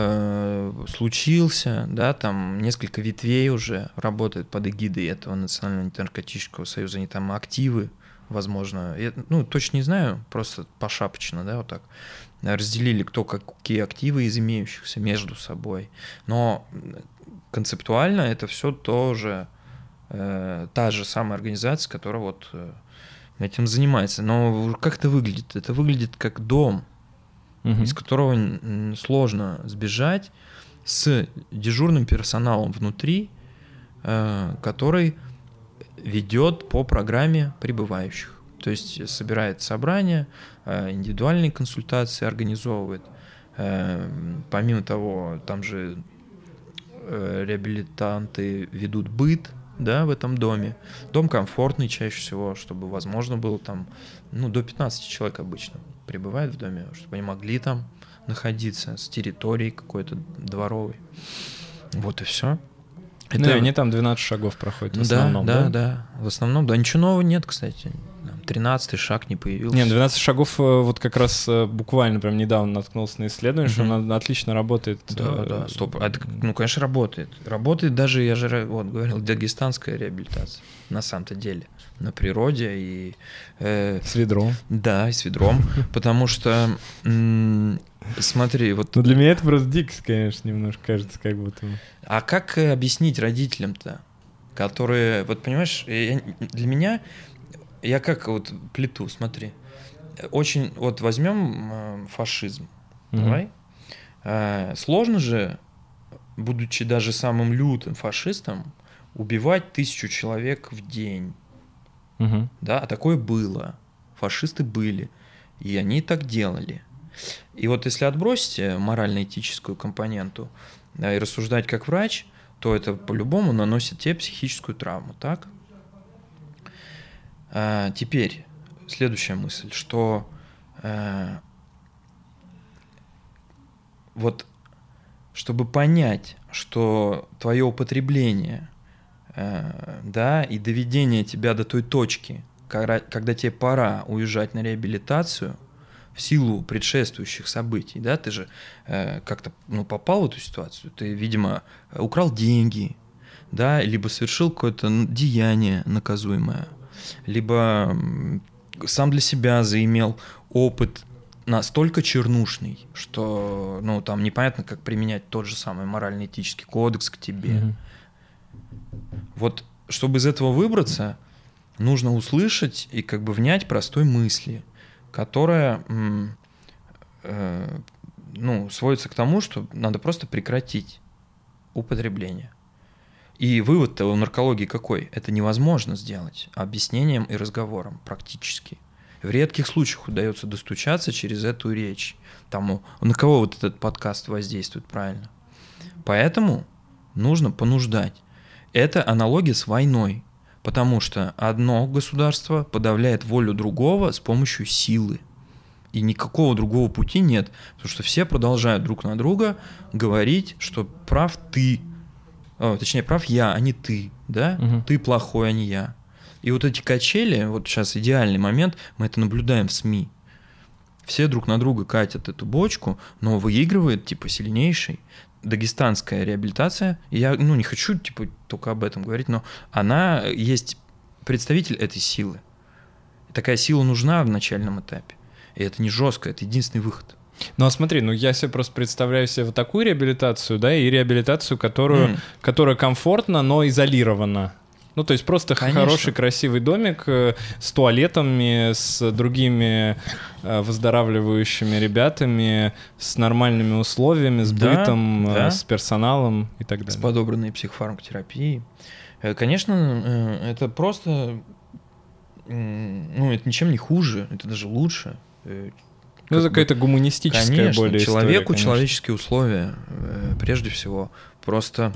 случился, да, там несколько ветвей уже работают под эгидой этого Национального антинаркотического союза. Они там активы, возможно, я, точно не знаю, просто пошапочно, да, вот так разделили, кто какие активы из имеющихся между собой. Но концептуально это все тоже та же самая организация, которая вот этим занимается. Но как это выглядит? Это выглядит как дом, из которого сложно сбежать, с дежурным персоналом внутри, который ведет по программе прибывающих. То есть собирает собрания, индивидуальные консультации организовывает. Помимо того, там же реабилитанты ведут быт, да, в этом доме. Дом комфортный чаще всего, чтобы возможно было там, до 15 человек обычно прибывает в доме, чтобы они могли там находиться с территорией какой-то дворовой. Вот и все. Это... они там 12 шагов проходят в основном, да? Да. В основном, да. Ничего нового нет, кстати. 13-й шаг не появился. 12 шагов вот как раз буквально прям недавно наткнулся на исследование, что она отлично работает. Да, стоп. Это, конечно, работает. Работает даже, я же говорил, дагестанская реабилитация на самом-то деле. На природе и... с ведром. Да, и с ведром. Потому что, смотри, вот... для меня это просто дикость, конечно, немножко кажется, как будто... А как объяснить родителям-то, которые... Вот, понимаешь, для меня... Я как вот плиту, смотри. Очень... Вот возьмем фашизм. Давай. Сложно же, будучи даже самым лютым фашистом, убивать 1000 человек в день. Да, а такое было. Фашисты были. И они так делали. И вот если отбросить морально-этическую компоненту, да, и рассуждать как врач, то это по-любому наносит тебе психическую травму, так? Теперь следующая мысль, что вот чтобы понять, что твое употребление, да, и доведение тебя до той точки, когда тебе пора уезжать на реабилитацию в силу предшествующих событий, да, ты же как-то попал в эту ситуацию, ты, видимо, украл деньги, да, либо совершил какое-то деяние наказуемое, либо сам для себя заимел опыт настолько чернушный, что, там непонятно, как применять тот же самый морально-этический кодекс к тебе. Вот, чтобы из этого выбраться, нужно услышать и как бы внять простой мысли, которая, сводится к тому, что надо просто прекратить употребление. И вывод-то у наркологии какой? Это невозможно сделать объяснением и разговором практически. В редких случаях удается достучаться через эту речь. Там, на кого вот этот подкаст воздействует правильно? Поэтому нужно понуждать. Это аналогия с войной, потому что одно государство подавляет волю другого с помощью силы. И никакого другого пути нет, потому что все продолжают друг на друга говорить, что прав ты. Точнее, прав я, а не ты, да? Ты плохой, а не я. И вот эти качели, вот сейчас идеальный момент, мы это наблюдаем в СМИ. Все друг на друга катят эту бочку, но выигрывает, сильнейший. Дагестанская реабилитация, я, не хочу, только об этом говорить, но она есть представитель этой силы. И такая сила нужна в начальном этапе. И это не жестко, это единственный выход. Ну, а смотри, я себе просто представляю себе вот такую реабилитацию, да, и реабилитацию, которая комфортна, но изолирована. То есть просто хороший, красивый домик с туалетами, с другими выздоравливающими ребятами, с нормальными условиями, с бытом, с персоналом и так далее. С подобранной психофармакотерапией. Конечно, это просто... это ничем не хуже, это даже лучше. Это какая-то гуманистическая более история. Человеку человеческие условия, прежде всего. Просто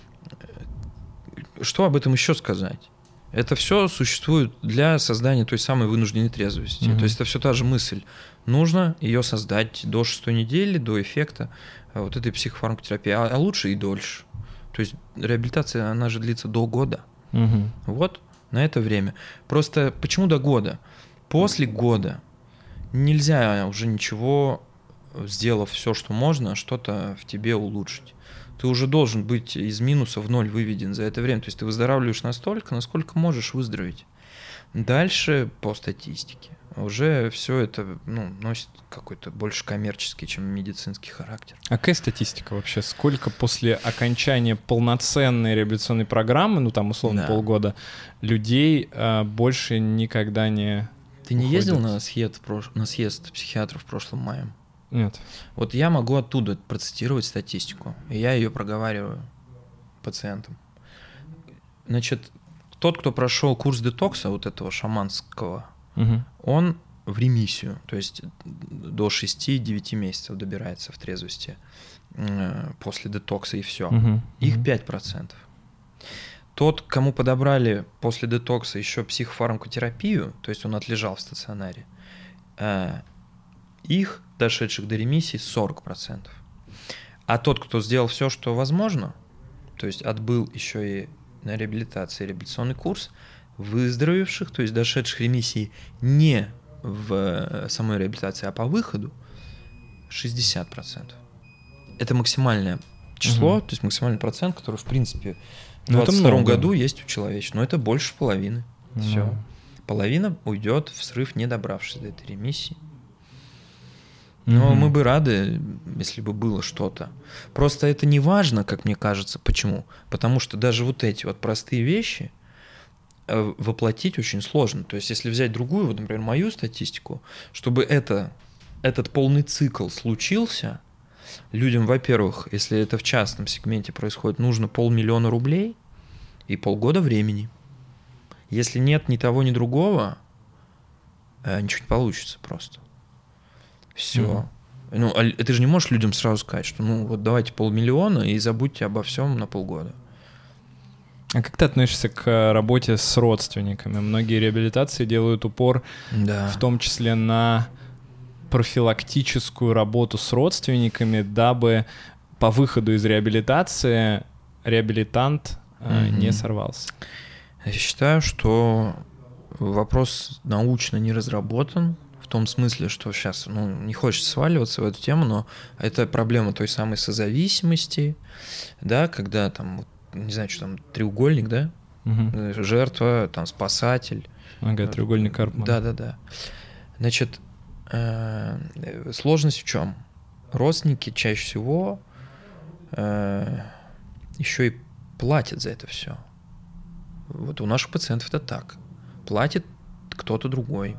что об этом еще сказать? Это все существует для создания той самой вынужденной трезвости. То есть это все та же мысль. Нужно ее создать до 6-й недели, до эффекта вот этой психофармакотерапии, а лучше и дольше. То есть реабилитация, она же длится до года. Вот на это время. Просто почему до года? После года нельзя уже ничего, сделав все, что можно, что-то в тебе улучшить. Ты уже должен быть из минуса в ноль выведен за это время. То есть ты выздоравливаешь настолько, насколько можешь выздороветь. Дальше по статистике уже все это носит какой-то больше коммерческий, чем медицинский характер. А какая статистика вообще? Сколько после окончания полноценной реабилитационной программы, условно полгода, людей больше никогда не... Ты не ездил на съезд психиатров в прошлом мае? Нет. Вот я могу оттуда процитировать статистику, и я ее проговариваю пациентам. Значит, тот, кто прошел курс детокса, вот этого шаманского, он в ремиссию, то есть до 6-9 месяцев добирается в трезвости после детокса, и все. Их 5%. Тот, кому подобрали после детокса еще психофармакотерапию, то есть он отлежал в стационаре, их, дошедших до ремиссии, 40%. А тот, кто сделал все, что возможно, то есть отбыл еще и на реабилитации реабилитационный курс, выздоровевших, то есть дошедших ремиссии не в самой реабилитации, а по выходу, 60%. Это максимальное число, то есть максимальный процент, который, в принципе, в 2022 году есть у человечества. Но это больше половины. Все. Половина уйдет в срыв, не добравшись до этой ремиссии. Но мы бы рады, если бы было что-то. Просто это не важно, как мне кажется. Почему? Потому что даже вот эти вот простые вещи воплотить очень сложно. То есть если взять другую, вот, например, мою статистику, чтобы этот полный цикл случился, людям, во-первых, если это в частном сегменте происходит, нужно 500 000 рублей и полгода времени. Если нет ни того, ни другого, ничего не получится просто. Все. Ты же не можешь людям сразу сказать, что вот давайте 500 000 и забудьте обо всем на полгода. А как ты относишься к работе с родственниками? Многие реабилитации делают упор, в том числе на профилактическую работу с родственниками, дабы по выходу из реабилитации реабилитант не сорвался? Я считаю, что вопрос научно не разработан, в том смысле, что сейчас не хочется сваливаться в эту тему, но это проблема той самой созависимости, да, когда там, не знаю, что там, треугольник, да, жертва, там, спасатель. Ага, треугольник Карпмана. Да. Значит, сложность в чем? Родственники чаще всего еще и платят за это все. Вот у наших пациентов это так. Платит кто-то другой.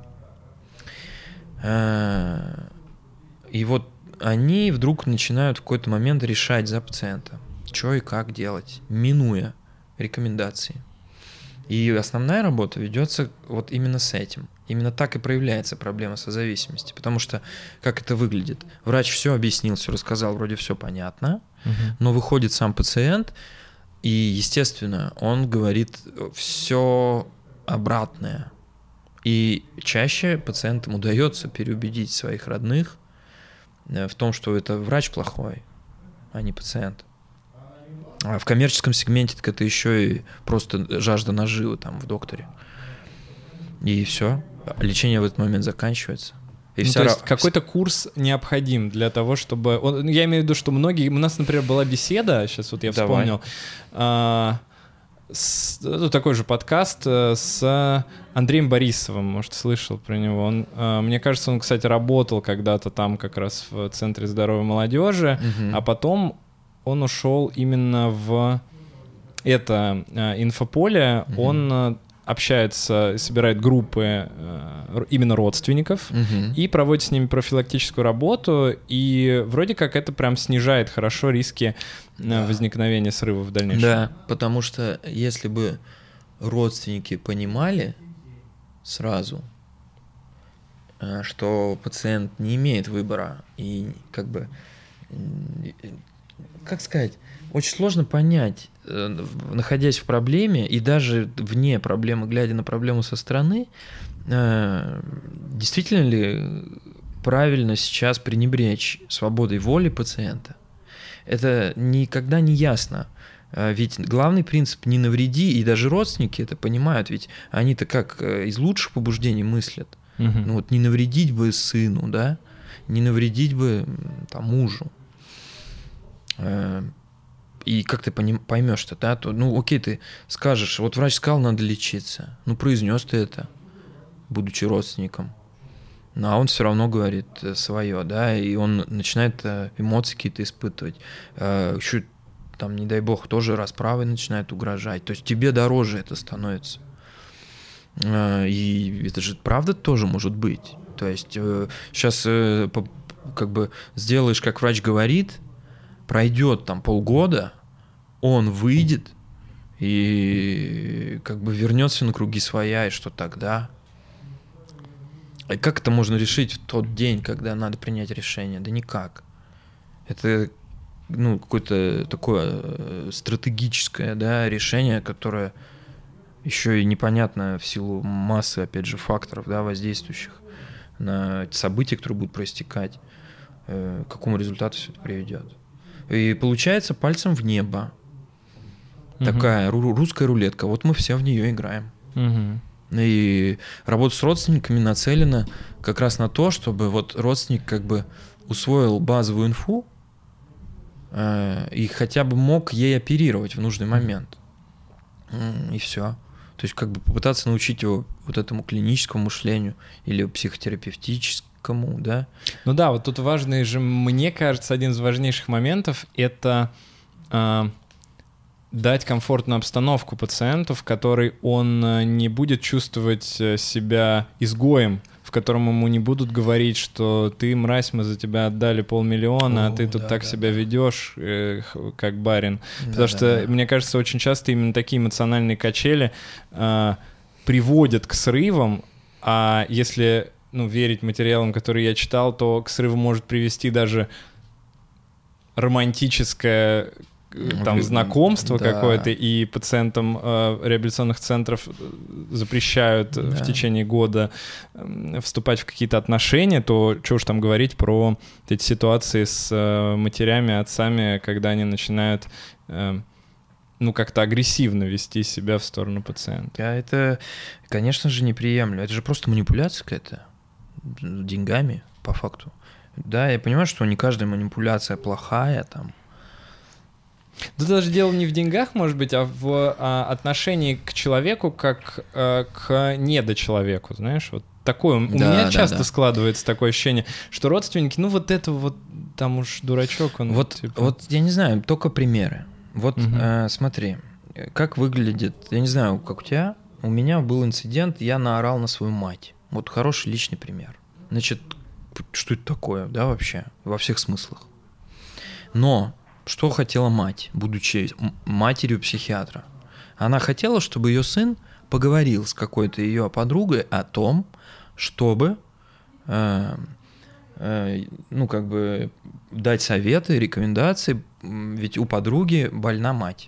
И вот они вдруг начинают в какой-то момент решать за пациента, что и как делать, минуя рекомендации. И основная работа ведется вот именно с этим. Именно так и проявляется проблема созависимости. Потому что, как это выглядит? Врач все объяснил, все рассказал, вроде все понятно, но выходит сам пациент, и, естественно, он говорит все обратное. И чаще пациентам удается переубедить своих родных в том, что это врач плохой, а не пациент. А в коммерческом сегменте так это еще и просто жажда наживы там в докторе. И все. Лечение в этот момент заканчивается. И то есть какой-то курс необходим для того, чтобы... Я имею в виду, что многие... У нас, например, была беседа, сейчас вот я вспомнил, такой же подкаст с Андреем Борисовым, может, слышал про него. Мне кажется, он, кстати, работал когда-то там как раз в Центре здоровья молодежи, а потом он ушел именно в это инфополе, он общается, собирает группы именно родственников и проводит с ними профилактическую работу, и вроде как это прям снижает хорошо риски возникновения срывов в дальнейшем. Да, потому что если бы родственники понимали сразу, что пациент не имеет выбора, и как бы, как сказать, очень сложно понять, находясь в проблеме и даже вне проблемы, глядя на проблему со стороны, действительно ли правильно сейчас пренебречь свободой воли пациента. Это никогда не ясно. Ведь главный принцип «не навреди», и даже родственники это понимают, ведь они-то как из лучших побуждений мыслят. Ну вот не навредить бы сыну, да, не навредить бы там, мужу. И как ты поймешь-то, да? Окей, ты скажешь, вот врач сказал, надо лечиться. произнес ты это, будучи родственником. А он все равно говорит свое, да, и он начинает эмоции какие-то испытывать. Еще там, не дай бог, тоже расправой начинает угрожать. То есть тебе дороже это становится. И это же правда тоже может быть. То есть сейчас как бы сделаешь, как врач говорит, пройдет там полгода, он выйдет и как бы вернется на круги своя, и что тогда? И как это можно решить в тот день, когда надо принять решение? Да никак. Это какое-то такое стратегическое, да, решение, которое еще и непонятно в силу массы, опять же, факторов, да, воздействующих на события, которые будут проистекать, к какому результату все это приведет. И получается пальцем в небо. Такая русская рулетка. Вот мы все в нее играем. И работа с родственниками нацелена как раз на то, чтобы вот родственник как бы усвоил базовую инфу и хотя бы мог ей оперировать в нужный момент. И все. То есть как бы попытаться научить его вот этому клиническому мышлению или психотерапевтическому, да? Вот тут важный же, мне кажется, один из важнейших моментов — это дать комфортную обстановку пациенту, в которой он не будет чувствовать себя изгоем, в котором ему не будут говорить, что ты, мразь, мы за тебя отдали 500 000, а ты тут себя ведешь, как барин. Потому что, мне кажется, очень часто именно такие эмоциональные качели приводят к срывам, а если верить материалам, которые я читал, то к срыву может привести даже романтическое там знакомство да. какое-то, и пациентам реабилитационных центров запрещают в течение года вступать в какие-то отношения, то что уж там говорить про эти ситуации с матерями, отцами, когда они начинают как-то агрессивно вести себя в сторону пациента. Я это, конечно же, не приемлю. Это же просто манипуляция какая-то деньгами, по факту. Да, я понимаю, что не каждая манипуляция плохая там. Да даже дело не в деньгах, может быть, а в отношении к человеку как к недочеловеку, знаешь, вот такое. У меня часто складывается такое ощущение, что родственники, вот это вот там уж дурачок, он... Вот я не знаю, только примеры. Вот смотри, как выглядит, я не знаю, как у тебя, у меня был инцидент, я наорал на свою мать. Вот хороший личный пример. Значит, что это такое, да, вообще, во всех смыслах. Но что хотела мать, будучи матерью психиатра? Она хотела, чтобы ее сын поговорил с какой-то ее подругой о том, чтобы, дать советы, рекомендации, ведь у подруги больна мать.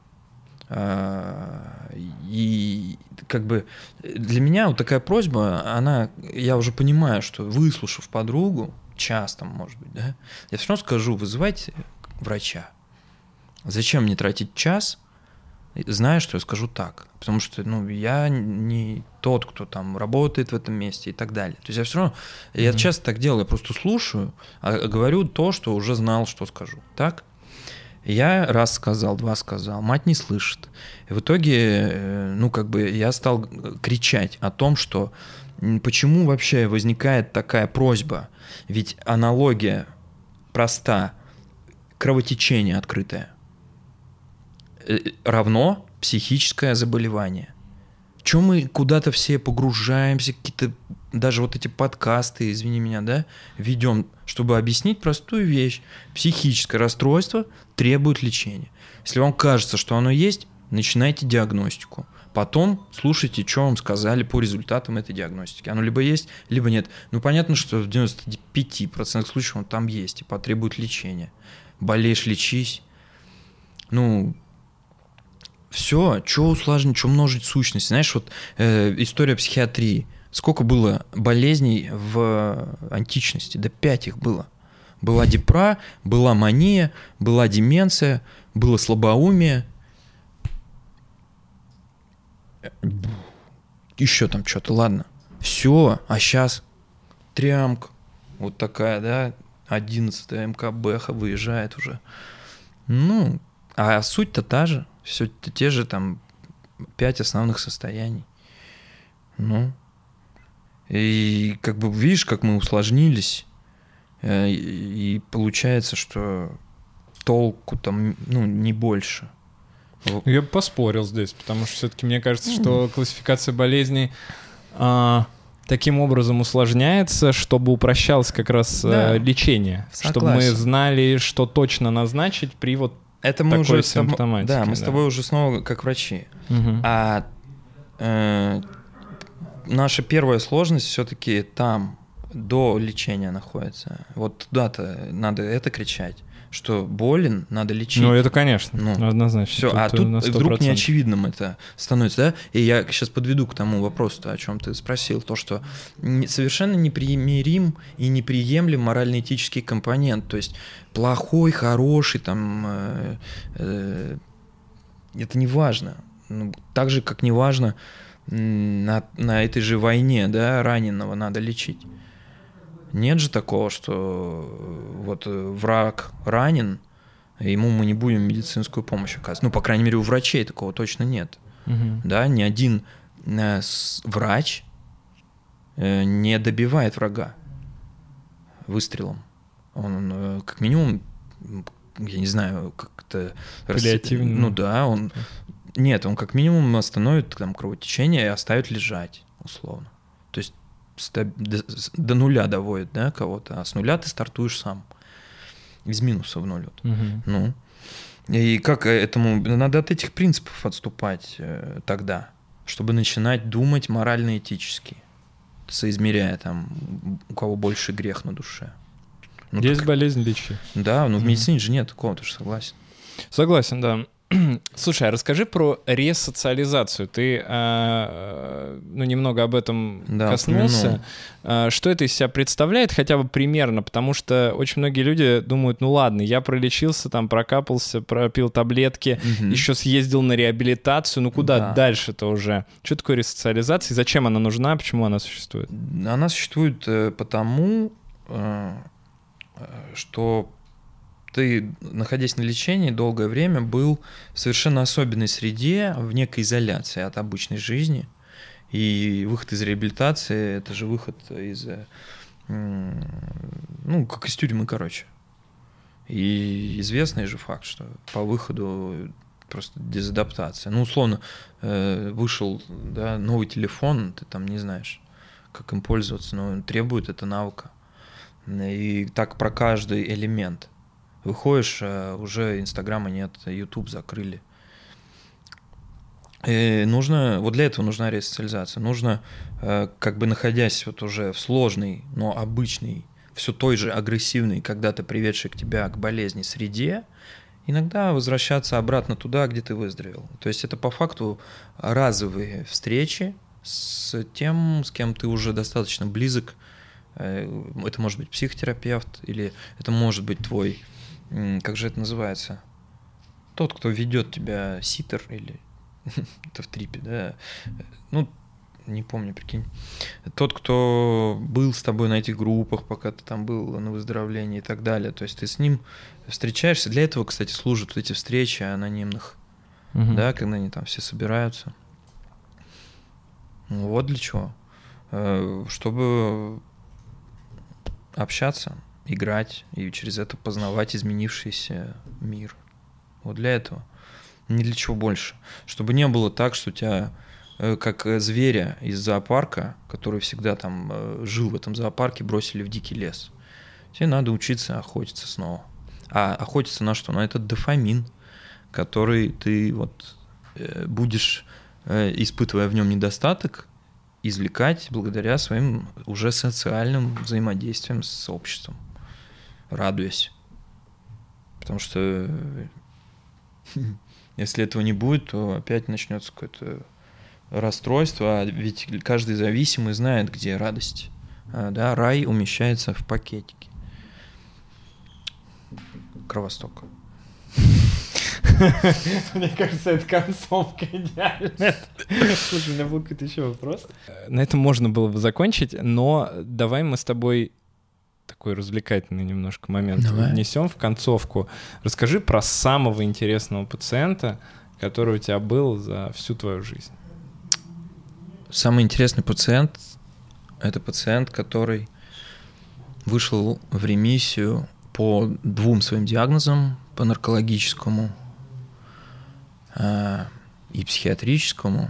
И для меня вот такая просьба, я уже понимаю, что выслушав подругу, часто, может быть, да, я все равно скажу, вызывайте врача. Зачем мне тратить час, зная, что я скажу так? Потому что, я не тот, кто там работает в этом месте и так далее. То есть я все равно, я часто так делаю, я просто слушаю, а говорю то, что уже знал, что скажу. Так? Я раз сказал, два сказал, мать не слышит. И в итоге, я стал кричать о том, что почему вообще возникает такая просьба? Ведь аналогия проста. Кровотечение открытое равно психическое заболевание. Чё мы куда-то все погружаемся, какие-то даже вот эти подкасты, извини меня, да, ведем, чтобы объяснить простую вещь. Психическое расстройство требует лечения. Если вам кажется, что оно есть, начинайте диагностику. Потом слушайте, что вам сказали по результатам этой диагностики. Оно либо есть, либо нет. Понятно, что в 95% случаев он там есть и потребует лечения. Болеешь, лечись. Все, что усложнить, что множить сущность. Знаешь, вот история психиатрии. Сколько было болезней в античности? Да 5 их было. Была депра, была мания, была деменция, было слабоумие. Еще там что-то, ладно. Все, а сейчас трямк. Вот такая, да, 11-я МКБХ выезжает уже. А суть-то та же. Все те же там 5 основных состояний. И видишь, как мы усложнились. И получается, что толку там, не больше. Я бы поспорил здесь, потому что все-таки мне кажется, что классификация болезней таким образом усложняется, чтобы упрощалось как раз лечение. Согласен. Чтобы мы знали, что точно назначить при вот это мы такой уже симптоматике. Да, мы с тобой уже снова как врачи. А наша первая сложность все-таки там, до лечения находится. Вот туда-то надо это кричать, что болен, надо лечить. Это, конечно, однозначно. Все, а тут вдруг неочевидным это становится, да? И я сейчас подведу к тому вопросу, о чем ты спросил, то, что совершенно непримирим и неприемлем морально-этический компонент, то есть плохой, хороший, там, это не важно. Так же, как не важно, на этой же войне, да, раненого надо лечить. Нет же такого, что вот враг ранен, ему мы не будем медицинскую помощь оказывать. По крайней мере, у врачей такого точно нет. Да, ни один врач не добивает врага выстрелом. Он как минимум, я не знаю, как-то... Паллиативно. Он как минимум остановит там кровотечение и оставит лежать, условно. То есть до нуля доводит, да, кого-то, а с нуля ты стартуешь сам. Из минуса в ноль. И как этому... Надо от этих принципов отступать тогда, чтобы начинать думать морально-этически, соизмеряя там, у кого больше грех на душе. Есть болезнь, лечи. Да, но в медицине же нет такого, ты же согласен. Согласен, да. Слушай, а расскажи про ресоциализацию. Ты немного об этом коснулся. Что это из себя представляет, хотя бы примерно? Потому что очень многие люди думают, ну ладно, я пролечился, там прокапался, пропил таблетки, еще съездил на реабилитацию, ну куда дальше-то уже? Что такое ресоциализация? Зачем она нужна? Почему она существует? Она существует потому, что ты, находясь на лечении, долгое время был в совершенно особенной среде, в некой изоляции от обычной жизни. И выход из реабилитации – это же выход из, как из тюрьмы, короче. И известный же факт, что по выходу просто дезадаптация. Ну, условно, вышел, да, новый телефон, ты там не знаешь, как им пользоваться, но требует это навыка. И так про каждый элемент. Выходишь, уже Инстаграма нет, Ютуб закрыли. И вот для этого нужна ресоциализация. Нужно, как бы находясь вот уже в сложной, но обычной, все той же агрессивной, когда-то приведшей к тебя к болезни среде, иногда возвращаться обратно туда, где ты выздоровел. То есть это по факту разовые встречи с тем, с кем ты уже достаточно близок. Это может быть психотерапевт, или это может быть твой, как же это называется, тот, кто ведет тебя, ситер, или это в трипе, да, ну, не помню, прикинь, тот, кто был с тобой на этих группах, пока ты там был на выздоровлении и так далее, то есть ты с ним встречаешься. Для этого, кстати, служат вот эти встречи анонимных, да, когда они там все собираются. Вот для чего. Чтобы общаться, играть и через это познавать изменившийся мир. Вот для этого. Ни для чего больше. Чтобы не было так, что тебя, как зверя из зоопарка, который всегда там жил в этом зоопарке, бросили в дикий лес. Тебе надо учиться охотиться снова. А охотиться на что? На этот дофамин, который ты вот будешь, испытывая в нем недостаток, извлекать благодаря своим уже социальным взаимодействиям с обществом, радуясь. Потому что если этого не будет, то опять начнется какое-то расстройство, а ведь каждый зависимый знает, где радость. Да, рай умещается в пакетике. Кровосток. Мне кажется, это концовка идеальная. Слушай, у меня был какой-то еще вопрос. На этом можно было бы закончить, но давай мы с тобой такой развлекательный немножко момент внесем в концовку. Расскажи про самого интересного пациента, который у тебя был за всю твою жизнь. Самый интересный пациент – это пациент, который вышел в ремиссию по 2 своим диагнозам, по наркологическому и психиатрическому,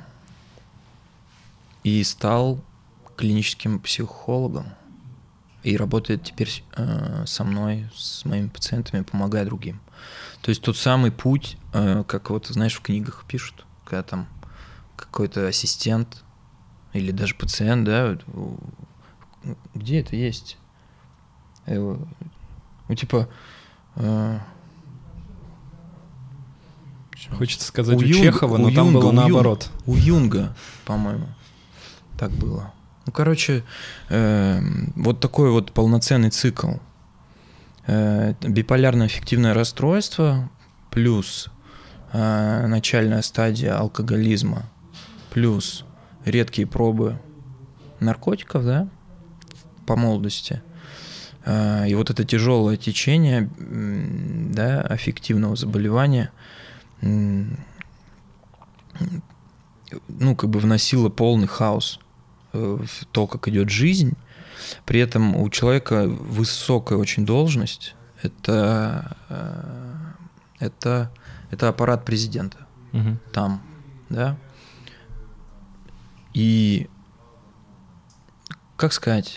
и стал клиническим психологом. И работает теперь со мной, с моими пациентами, помогая другим. То есть тот самый путь, как вот, знаешь, в книгах пишут, когда там какой-то ассистент или даже пациент, да, где это есть? Типа... Хочется сказать у Чехова, но там было наоборот. У Юнга, по-моему, так было. Ну, короче, вот такой вот полноценный цикл. Биполярное аффективное расстройство плюс начальная стадия алкоголизма плюс редкие пробы наркотиков, да, по молодости. И вот это тяжелое течение, да, аффективного заболевания, ну, как бы вносило полный хаос в то, как идет жизнь. При этом у человека высокая очень должность. Это аппарат президента. Там, да. И, как сказать,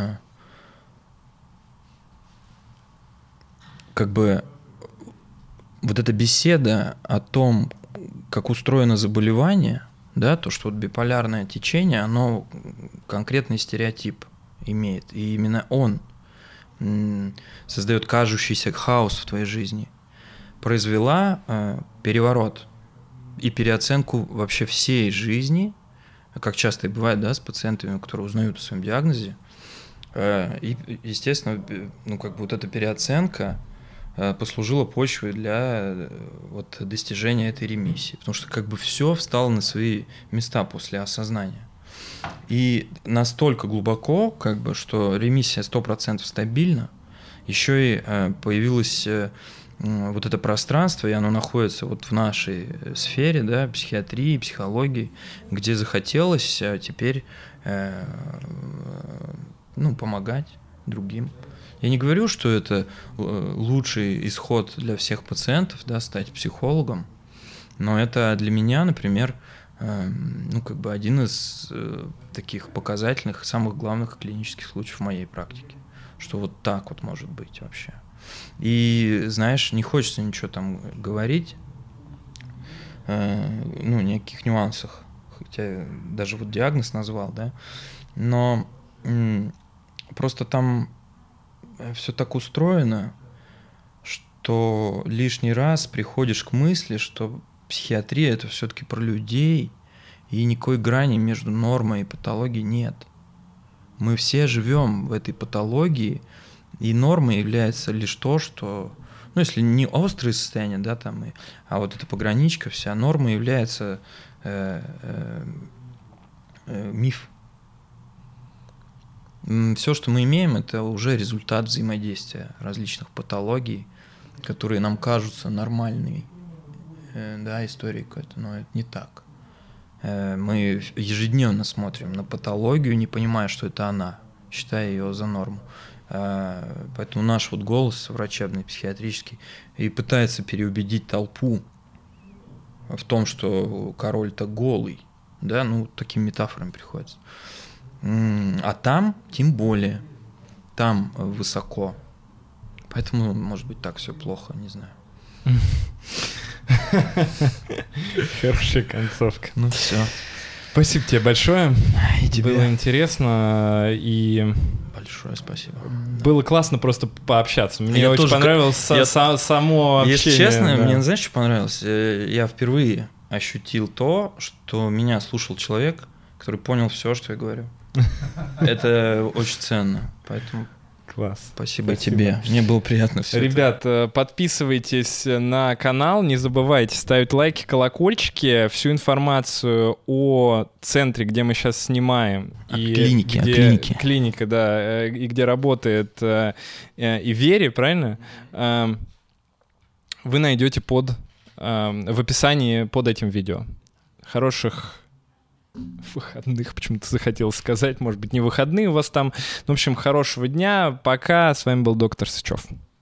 как бы вот эта беседа о том, как устроено заболевание, да, то, что вот биполярное течение, оно конкретный стереотип имеет. И именно он создает кажущийся хаос в твоей жизни. произвела переворот и переоценку вообще всей жизни, как часто и бывает, да, с пациентами, которые узнают о своем диагнозе. И, естественно, ну, как бы вот эта переоценка послужила почвой для вот достижения этой ремиссии, потому что как бы все встало на свои места после осознания. И настолько глубоко, как бы, что ремиссия 100% стабильна, еще и появилось вот это пространство, и оно находится вот в нашей сфере, да, психиатрии, психологии, где захотелось теперь ну, помогать другим. Я не говорю, что это лучший исход для всех пациентов, да, стать психологом, но это для меня, например, ну, как бы один из таких показательных, самых главных клинических случаев в моей практике, что вот так вот может быть вообще. И, знаешь, не хочется ничего там говорить, ну, ни о каких нюансах, хотя даже вот диагноз назвал, да, но просто там все так устроено, что лишний раз приходишь к мысли, что психиатрия – это все-таки про людей, и никакой грани между нормой и патологией нет. Мы все живем в этой патологии, и нормой является лишь то, что, ну, если не острые состояния, да, там, а вот эта пограничка вся, норма является миф. Все, что мы имеем, это уже результат взаимодействия различных патологий, которые нам кажутся нормальной, да, историей какой-то, но это не так. Мы ежедневно смотрим на патологию, не понимая, что это она, считая ее за норму. Поэтому наш вот голос врачебный, психиатрический, и пытается переубедить толпу в том, что король-то голый, да, ну, такими метафорами приходится. А там тем более, там высоко. Поэтому, может быть, так все плохо, не знаю. Хорошая концовка. Ну все. Спасибо тебе большое. И тебе. Было интересно и... Большое спасибо. Было классно просто пообщаться. Мне Я очень тоже понравилось само общение. Если честно, да. мне, знаешь, что понравилось? Я впервые ощутил то, что меня слушал человек, который понял все, что я говорю. Это очень ценно. Поэтому класс. Спасибо тебе. Мне было приятно все. Ребят, подписывайтесь на канал, не забывайте ставить лайки, колокольчики. Всю информацию о центре, где мы сейчас снимаем. Клинике. Клиника, да, и где работает и Вере, правильно? Вы найдете в описании под этим видео. Хороших выходных, почему-то захотелось сказать. Может быть, не выходные у вас там. В общем, хорошего дня. Пока. С вами был доктор Сычев.